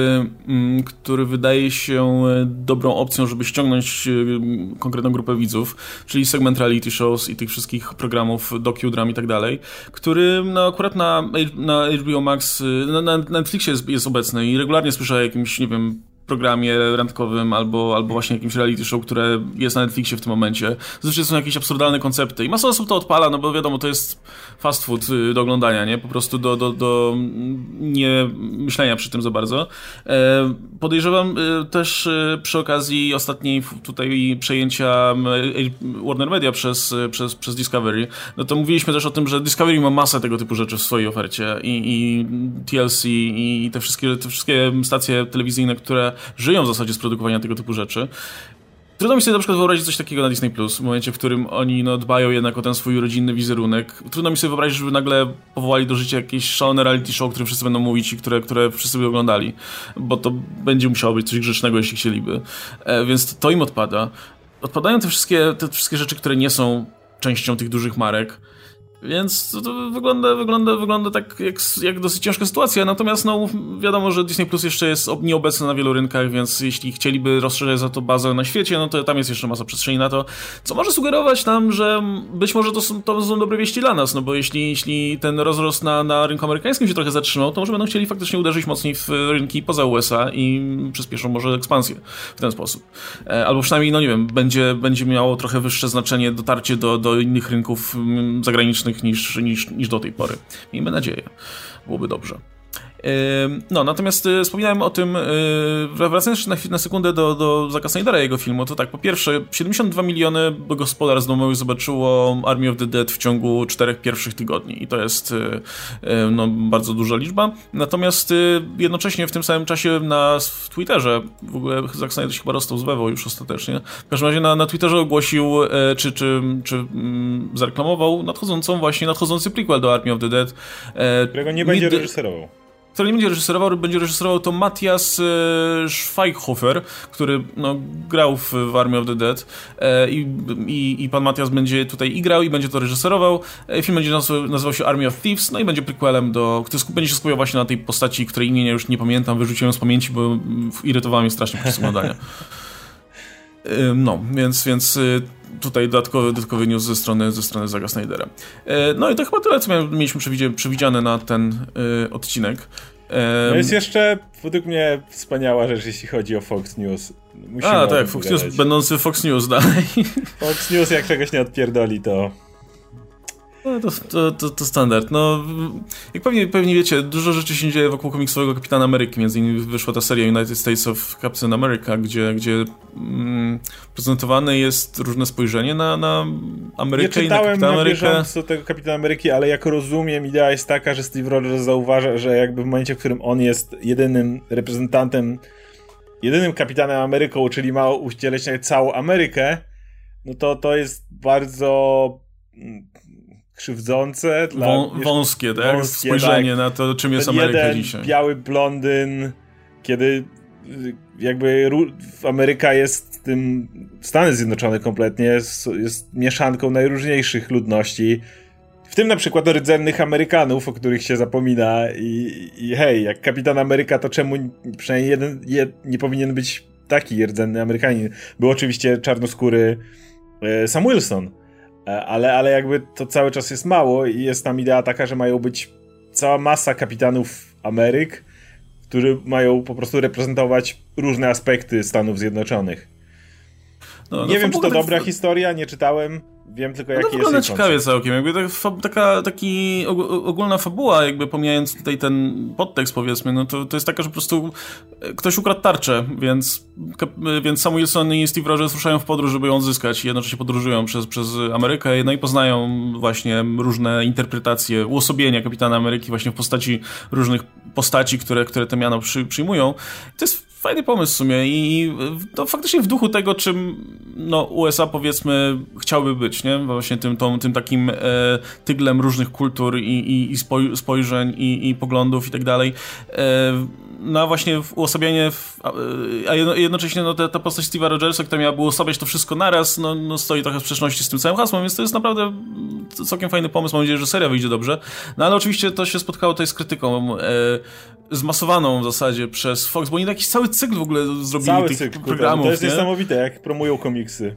Speaker 1: który wydaje się dobrą opcją, żeby ściągnąć konkretną grupę widzów, czyli segment reality shows i tych wszystkich programów, docu-dram i tak dalej, który akurat na HBO Max, na Netflixie jest obecny i regularnie słyszę o jakimś, nie wiem, programie randkowym albo właśnie jakimś reality show, które jest na Netflixie w tym momencie. Zazwyczaj są jakieś absurdalne koncepty i masa osób to odpala, no bo wiadomo, to jest fast food do oglądania, nie? Po prostu do nie myślenia przy tym za bardzo. Podejrzewam też przy okazji ostatniej tutaj przejęcia Warner Media przez Discovery, no to mówiliśmy też o tym, że Discovery ma masę tego typu rzeczy w swojej ofercie i TLC i te wszystkie stacje telewizyjne, które żyją w zasadzie z produkowania tego typu rzeczy. Trudno mi sobie na przykład wyobrazić coś takiego na Disney Plus, w momencie, w którym oni dbają jednak o ten swój rodzinny wizerunek. Trudno mi sobie wyobrazić, żeby nagle powołali do życia jakieś szalone reality show, o którym wszyscy będą mówić i które wszyscy by oglądali, bo to będzie musiało być coś grzecznego, jeśli chcieliby. Więc to im odpada. Odpadają te wszystkie rzeczy, które nie są częścią tych dużych marek. Więc to wygląda tak jak dosyć ciężka sytuacja, natomiast no wiadomo, że Disney Plus jeszcze jest nieobecny na wielu rynkach, więc jeśli chcieliby rozszerzać za to bazę na świecie, no to tam jest jeszcze masa przestrzeni na to, co może sugerować nam, że być może to są dobre wieści dla nas, no bo jeśli ten rozrost na rynku amerykańskim się trochę zatrzymał, to może będą chcieli faktycznie uderzyć mocniej w rynki poza USA i przyspieszą może ekspansję w ten sposób. Albo przynajmniej, no nie wiem, będzie miało trochę wyższe znaczenie dotarcie do innych rynków zagranicznych niż do tej pory. Miejmy nadzieję. Byłoby dobrze. No, natomiast wspominałem o tym, wracając jeszcze na sekundę do Zacka Snydera i jego filmu, to tak, po pierwsze, 72 miliony gospodarstw domowych zobaczyło Army of the Dead w ciągu 4 pierwszych tygodni i to jest bardzo duża liczba. Natomiast jednocześnie w tym samym czasie w Twitterze, w ogóle Zack Snyder się chyba rozstał z Wewą już ostatecznie, w każdym razie na Twitterze ogłosił, czy zareklamował nadchodzący prequel do Army of the Dead.
Speaker 2: Którego nie będzie reżyserował.
Speaker 1: Który nie będzie reżyserował to Matthias Schweighofer, który grał w Army of the Dead i pan Matthias będzie tutaj grał i będzie to reżyserował. Film będzie nazywał się Army of Thieves, no i będzie prequelem który będzie się skupiał właśnie na tej postaci, której imienia już nie pamiętam, wyrzuciłem ją z pamięci, bo irytowała mnie strasznie podczas oglądania. No, więc tutaj dodatkowy news ze strony Zacka Snydera. No i to chyba tyle, co mieliśmy przewidziane na ten odcinek.
Speaker 2: No jest jeszcze, według mnie, wspaniała rzecz, jeśli chodzi o Fox News.
Speaker 1: Tak, Fox News będący Fox News dalej.
Speaker 2: Fox News jak czegoś nie odpierdoli, to
Speaker 1: No, to standard. No, jak pewnie wiecie, dużo rzeczy się dzieje wokół komiksowego Kapitana Ameryki. Między innymi wyszła ta seria United States of Captain America, gdzie prezentowane jest różne spojrzenie na Amerykę i na Kapitana Amerykę. Nie czytałem na bieżąco
Speaker 2: tego Kapitana Ameryki, ale jak rozumiem, idea jest taka, że Steve Rogers zauważa, że jakby w momencie, w którym on jest jedynym reprezentantem, jedynym Kapitanem Ameryką, czyli ma ucieleśniać całą Amerykę, no to jest bardzo krzywdzące dla...
Speaker 1: Wąskie, tak? Wąskie, spojrzenie tak. Na to, czym jest Ameryka dzisiaj.
Speaker 2: Biały blondyn, kiedy jakby Ameryka jest tym... Stany Zjednoczone kompletnie jest mieszanką najróżniejszych ludności, w tym na przykład rdzennych Amerykanów, o których się zapomina i hej, jak Kapitan Ameryka, to czemu przynajmniej nie powinien być taki rdzenny Amerykanin? Był oczywiście czarnoskóry Sam Wilson, ale jakby to cały czas jest mało i jest tam idea taka, że mają być cała masa kapitanów Ameryk, którzy mają po prostu reprezentować różne aspekty Stanów Zjednoczonych. Nie wiem, czy to dobra historia, nie czytałem. Wiem tylko, jaki jest jej koncept.
Speaker 1: Ciekawie całkiem, jakby taki ogólna fabuła, jakby pomijając tutaj ten podtekst, powiedzmy, no to jest taka, że po prostu ktoś ukradł tarczę, więc Sam Wilson i Steve Rogers ruszają w podróż, żeby ją odzyskać i jednocześnie podróżują przez Amerykę, no i poznają właśnie różne interpretacje, uosobienia Kapitana Ameryki właśnie w postaci różnych postaci, które te miano przyjmują. To jest fajny pomysł w sumie i to faktycznie w duchu tego, czym no, USA powiedzmy chciałby być, nie? Właśnie tym takim tyglem różnych kultur i spojrzeń i poglądów i tak dalej. No właśnie uosabianie, a jednocześnie no, ta postać Steve'a Rogersa, która miała uosabiać to wszystko naraz, no stoi trochę w sprzeczności z tym całym hasłem, więc to jest naprawdę całkiem fajny pomysł. Mam nadzieję, że seria wyjdzie dobrze. No ale oczywiście to się spotkało tutaj z krytyką zmasowaną w zasadzie przez Fox, bo oni jakiś cały cykl w ogóle zrobili tych programów.
Speaker 2: To jest niesamowite, jak promują komiksy.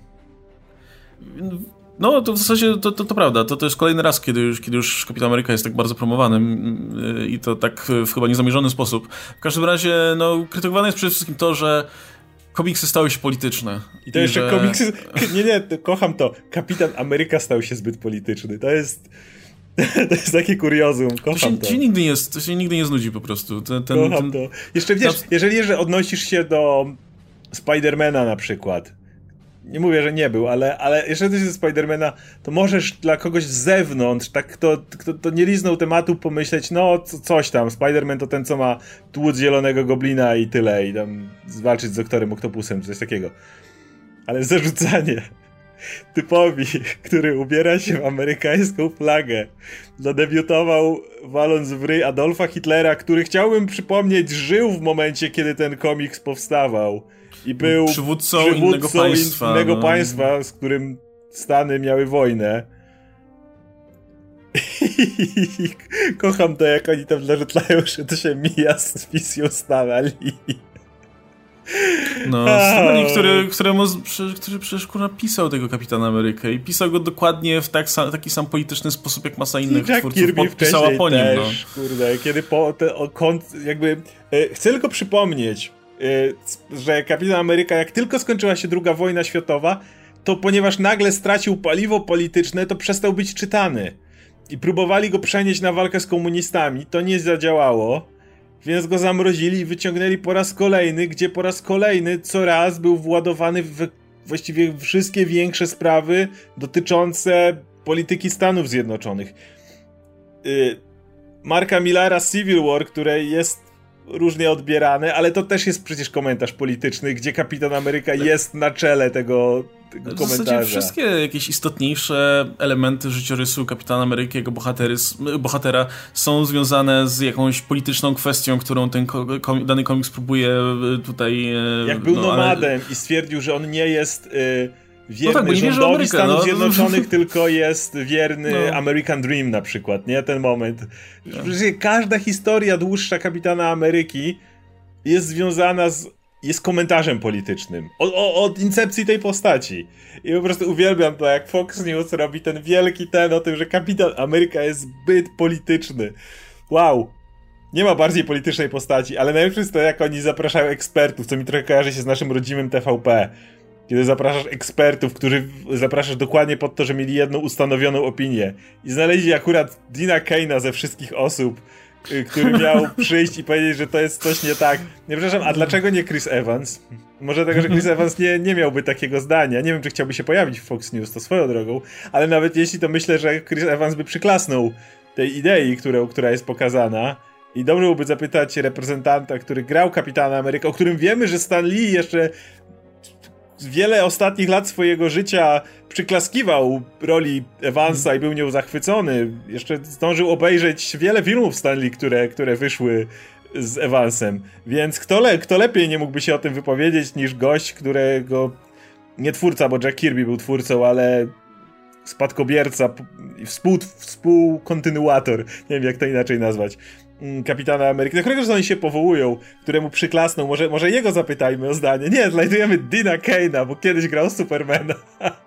Speaker 1: No, to w zasadzie to prawda. To jest kolejny raz, kiedy już Kapitan Ameryka jest tak bardzo promowany i to tak w chyba niezamierzony sposób. W każdym razie, no, krytykowane jest przede wszystkim to, że komiksy stały się polityczne.
Speaker 2: I to jeszcze komiksy... Nie, kocham to. Kapitan Ameryka stał się zbyt polityczny. To jest takie kuriozum. Kocham to.
Speaker 1: To się nigdy nie znudzi po prostu.
Speaker 2: Kocham to. Jeszcze wiesz, jeżeli odnosisz się do Spidermana na przykład, nie mówię, że nie był, ale jeżeli ty się ze Spidermana, to możesz dla kogoś z zewnątrz, tak kto nie liznął tematu, pomyśleć, no coś tam, Spiderman to ten, co ma tłuc zielonego goblina i tyle, i tam zwalczyć z doktorem Oktopusem, coś takiego. Ale zarzucanie typowi, który ubiera się w amerykańską flagę, zadebiutował waląc w ryj Adolfa Hitlera, który, chciałbym przypomnieć, żył w momencie, kiedy ten komiks powstawał. I był
Speaker 1: przywódcą innego
Speaker 2: państwa, z którym Stany miały wojnę. I kocham to, jak oni tam narzucają, że to się mija z wizją Stana Lee.
Speaker 1: No, Stan Lee, który przecież kurwa pisał tego Kapitana Amerykę i pisał go dokładnie w taki sam polityczny sposób, jak masa innych twórców pisała po nim.
Speaker 2: Też, no. Kurde, kiedy chcę tylko przypomnieć, że Kapitan Ameryka, jak tylko skończyła się II wojna światowa, to ponieważ nagle stracił paliwo polityczne, to przestał być czytany. I próbowali go przenieść na walkę z komunistami. To nie zadziałało, więc go zamrozili i wyciągnęli po raz kolejny, gdzie po raz kolejny coraz był władowany w właściwie wszystkie większe sprawy dotyczące polityki Stanów Zjednoczonych. Marka Millara Civil War, które jest różnie odbierane, ale to też jest przecież komentarz polityczny, gdzie Kapitan Ameryka jest na czele tego komentarza. W zasadzie
Speaker 1: wszystkie jakieś istotniejsze elementy życiorysu Kapitana Ameryki, jego bohatera są związane z jakąś polityczną kwestią, którą ten dany komiks próbuje tutaj...
Speaker 2: Jak był nomadem i stwierdził, że on nie jest wierny rządowi Stanów Zjednoczonych, tylko jest wierny American Dream na przykład, nie? Ten moment. Każda historia dłuższa Kapitana Ameryki jest związana jest komentarzem politycznym. Od incepcji tej postaci. I po prostu uwielbiam to, jak Fox News robi ten wielki o tym, że Kapitan Ameryka jest zbyt polityczny. Wow. Nie ma bardziej politycznej postaci, ale najlepsze jest to, jak oni zapraszają ekspertów, co mi trochę kojarzy się z naszym rodzimym TVP. Kiedy zapraszasz ekspertów, którzy zapraszasz dokładnie pod to, że mieli jedną ustanowioną opinię. I znaleźli akurat Deana Kane'a ze wszystkich osób, który miał przyjść i powiedzieć, że to jest coś nie tak. Nie, przepraszam, a dlaczego nie Chris Evans? Może dlatego, że Chris Evans nie miałby takiego zdania. Nie wiem, czy chciałby się pojawić w Fox News, to swoją drogą, ale nawet jeśli, to myślę, że Chris Evans by przyklasnął tej idei, która jest pokazana. I dobrze byłoby zapytać reprezentanta, który grał Kapitana Amerykę, o którym wiemy, że Stan Lee jeszcze wiele ostatnich lat swojego życia przyklaskiwał roli Evansa i był nią zachwycony. Jeszcze zdążył obejrzeć wiele filmów Stan Lee, które wyszły z Evansem. Więc kto lepiej nie mógłby się o tym wypowiedzieć niż gość, którego nie twórca, bo Jack Kirby był twórcą, ale spadkobierca, współkontynuator, nie wiem jak to inaczej nazwać, Kapitana Ameryki, na którego oni się powołują, któremu przyklasną, może jego zapytajmy o zdanie. Nie, znajdujemy Deana Kane'a, bo kiedyś grał Supermana.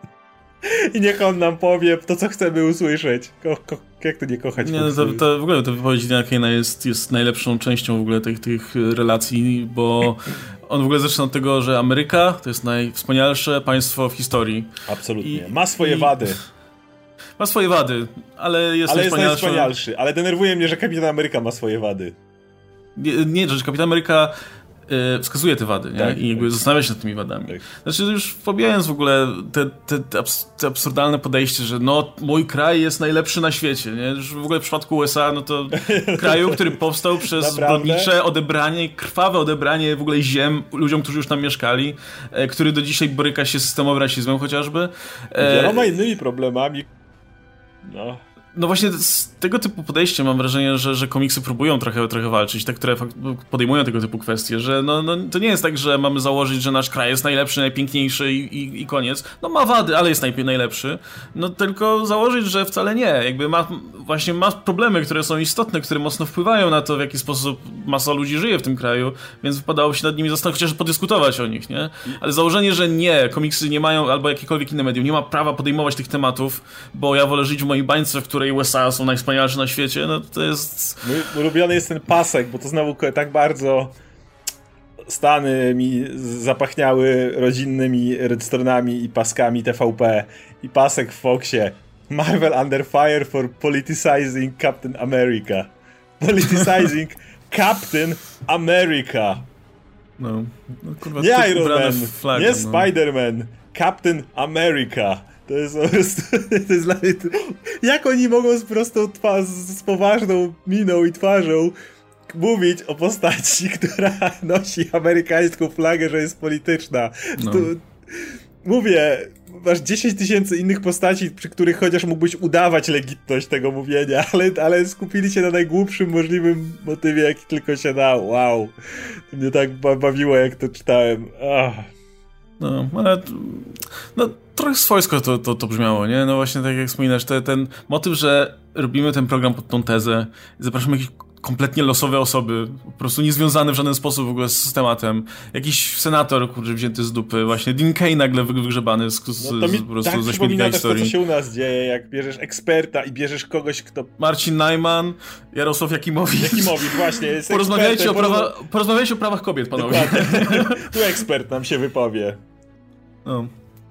Speaker 2: I niech on nam powie to, co chcemy usłyszeć. Jak to nie kochać?
Speaker 1: Nie, to w ogóle ta wypowiedź Deana Kane'a jest najlepszą częścią w ogóle tych relacji, bo on w ogóle zaczyna od tego, że Ameryka to jest najwspanialsze państwo w historii.
Speaker 2: Absolutnie. Ma swoje wady.
Speaker 1: Ma swoje wady, ale jest najwspanialszy.
Speaker 2: Ale denerwuje mnie, że Kapitan Ameryka ma swoje wady.
Speaker 1: Nie, że Kapitan Ameryka wskazuje te wady, nie?
Speaker 2: Tak,
Speaker 1: I jakby zastanawia się nad tymi wadami. Tak. Znaczy już pomijając w ogóle te absurdalne podejście, że no mój kraj jest najlepszy na świecie, nie? Już w ogóle w przypadku USA, no to kraju, który powstał przez zbrodnicze odebranie, krwawe odebranie w ogóle ziem ludziom, którzy już tam mieszkali, który do dzisiaj boryka się z systemowym rasizmem chociażby.
Speaker 2: Wieloma innymi problemami.
Speaker 1: No właśnie z tego typu podejście mam wrażenie, że komiksy próbują trochę walczyć, te, które podejmują tego typu kwestie, że no, to nie jest tak, że mamy założyć, że nasz kraj jest najlepszy, najpiękniejszy i koniec. No ma wady, ale jest najlepszy. No tylko założyć, że wcale nie. Jakby ma problemy, które są istotne, które mocno wpływają na to, w jaki sposób masa ludzi żyje w tym kraju, więc wypadało się nad nimi zastanowić, chociaż podyskutować o nich, nie? Ale założenie, że nie, komiksy nie mają, albo jakiekolwiek inne medium, nie ma prawa podejmować tych tematów, bo ja wolę żyć w mojej bańce, w której USA są najwspanialsze na świecie, no to jest...
Speaker 2: Mój ulubiony jest ten pasek, bo to znowu tak bardzo Stany mi zapachniały rodzinnymi redstone'ami i paskami TVP i pasek w Foxie. Marvel under fire for politicizing Captain America. Politicizing Captain America.
Speaker 1: No kurwa,
Speaker 2: nie Iron Man, flaga, nie Spider-Man, Captain America. To jest po prostu, to jest dla mnie, jak oni mogą z prostą z poważną miną i twarzą mówić o postaci, która nosi amerykańską flagę, że jest polityczna. No. Mówię, masz 10 000 innych postaci, przy których chociaż mógłbyś udawać legitność tego mówienia, ale skupili się na najgłupszym możliwym motywie, jaki tylko się da. Wow. To mnie tak bawiło, jak to czytałem.
Speaker 1: No, ale... No, trochę swojsko to brzmiało, nie? No właśnie tak jak wspominasz, ten motyw, że robimy ten program pod tą tezę, zapraszamy jakieś kompletnie losowe osoby, po prostu niezwiązane w żaden sposób w ogóle z tematem. Jakiś senator, wzięty z dupy, właśnie Dean Cain nagle wygrzebany po prostu ze śmietnika historii.
Speaker 2: To, co się u nas dzieje, jak bierzesz eksperta i bierzesz kogoś, kto...
Speaker 1: Marcin Najman, Jarosław Jakimowicz.
Speaker 2: Jakimowicz, właśnie, jest
Speaker 1: Porozmawiajcie o prawach kobiet, panowie.
Speaker 2: Tu ekspert nam się wypowie.
Speaker 1: No.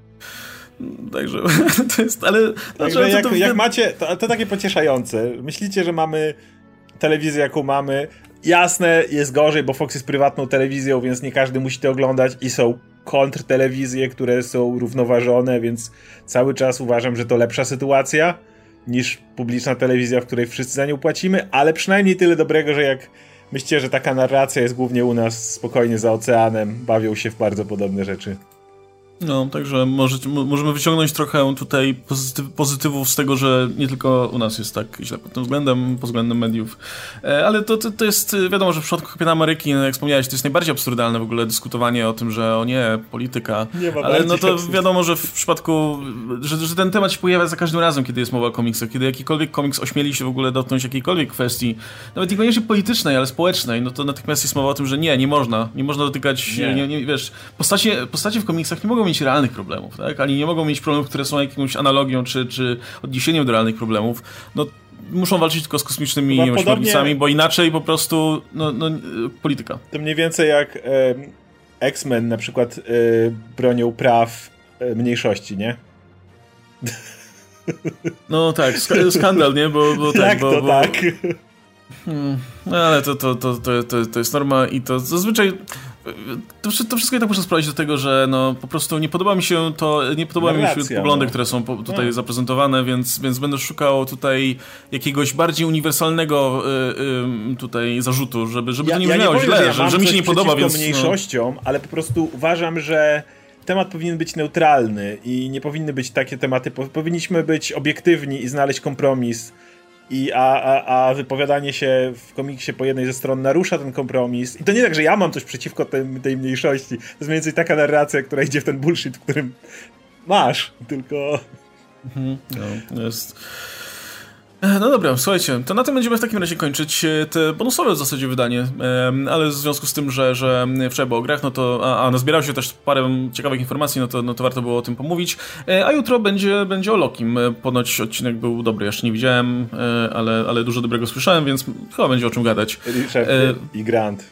Speaker 1: Także to jest, ale...
Speaker 2: Także jak macie, to takie pocieszające. Myślicie, że mamy telewizję, jaką mamy. Jasne, jest gorzej, bo Fox jest prywatną telewizją, więc nie każdy musi to oglądać i są kontrtelewizje, które są równoważone, więc cały czas uważam, że to lepsza sytuacja niż publiczna telewizja, w której wszyscy za nią płacimy, ale przynajmniej tyle dobrego, że jak myślicie, że taka narracja jest głównie u nas spokojnie za oceanem, bawią się w bardzo podobne rzeczy.
Speaker 1: No, także możemy wyciągnąć trochę tutaj pozytywów z tego, że nie tylko u nas jest tak źle pod tym względem, pod względem mediów. Ale to jest, wiadomo, że w przypadku Kapitana Ameryki, jak wspomniałeś, to jest najbardziej absurdalne w ogóle dyskutowanie o tym, że o nie, polityka.
Speaker 2: Nie ma
Speaker 1: ale no to wiadomo, że w przypadku, że ten temat się pojawia za każdym razem, kiedy jest mowa o komiksach, kiedy jakikolwiek komiks ośmieli się w ogóle dotknąć jakiejkolwiek kwestii, nawet niekoniecznie politycznej, ale społecznej, no to natychmiast jest mowa o tym, że nie można dotykać, wiesz, postacie w komiksach nie mogą mieć realnych problemów, tak? Ani nie mogą mieć problemów, które są jakąś analogią czy odniesieniem do realnych problemów. No, muszą walczyć tylko z kosmicznymi ośmiornicami, bo inaczej po prostu polityka.
Speaker 2: To mniej więcej jak X-Men na przykład bronią praw mniejszości, nie?
Speaker 1: No tak, skandal, nie? Bo
Speaker 2: tak, tak.
Speaker 1: No ale to jest norma i to zazwyczaj to wszystko i tak muszę sprawdzić do tego, że no po prostu nie podoba mi się poglądy, które są tutaj zaprezentowane, więc będę szukał tutaj jakiegoś bardziej uniwersalnego tutaj zarzutu, żeby to nie brzmiało źle, że mi się nie podoba, więc
Speaker 2: mniejszościom, ale po prostu uważam, że temat powinien być neutralny i nie powinny być takie tematy, powinniśmy być obiektywni i znaleźć kompromis. A wypowiadanie się w komiksie po jednej ze stron narusza ten kompromis. I to nie tak, że ja mam coś przeciwko tej mniejszości. To jest mniej więcej taka narracja, która idzie w ten bullshit, w którym masz, tylko...
Speaker 1: No, jest... No dobra, słuchajcie, to na tym będziemy w takim razie kończyć te bonusowe w zasadzie wydanie, ale w związku z tym, że wczoraj było o grach, no to, a nazbierało się też parę ciekawych informacji, no to warto było o tym pomówić, a jutro będzie o Lokim. Ponoć odcinek był dobry, jeszcze nie widziałem, ale dużo dobrego słyszałem, więc chyba będzie o czym gadać.
Speaker 2: Richard i Grant.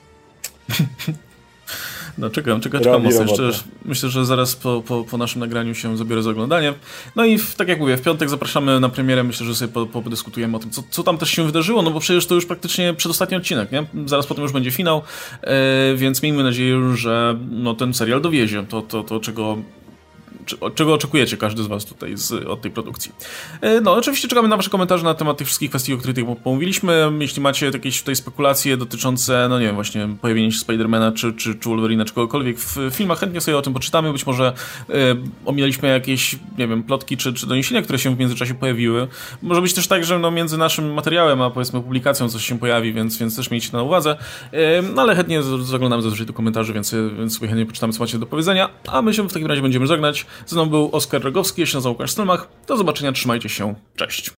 Speaker 1: No czekam mocno. Myślę, że zaraz po naszym nagraniu się zabiorę za oglądanie. No i tak jak mówię, w piątek zapraszamy na premierę. Myślę, że sobie podyskutujemy o tym, co tam też się wydarzyło, no bo przecież to już praktycznie przedostatni odcinek, nie? Zaraz potem już będzie finał, więc miejmy nadzieję, że no, ten serial dowiezie to czego oczekujecie każdy z was tutaj od tej produkcji. No, oczywiście czekamy na wasze komentarze na temat tych wszystkich kwestii, o których tutaj pomówiliśmy. Jeśli macie jakieś tutaj spekulacje dotyczące, no nie wiem, właśnie pojawienia się Spidermana, czy Wolverina, czy kogokolwiek w filmach, chętnie sobie o tym poczytamy. Być może ominęliśmy jakieś, nie wiem, plotki, czy doniesienia, które się w międzyczasie pojawiły. Może być też tak, że no, między naszym materiałem, a powiedzmy publikacją coś się pojawi, więc też miejcie to na uwadze. No, ale chętnie zaglądamy zazwyczaj do komentarzy, więc sobie chętnie poczytamy, co macie do powiedzenia. A my się w takim razie będziemy żegnać. Ze mną był Oskar Rogowski, ja się nazywam Łukasz Stelmach. Do zobaczenia, trzymajcie się, cześć.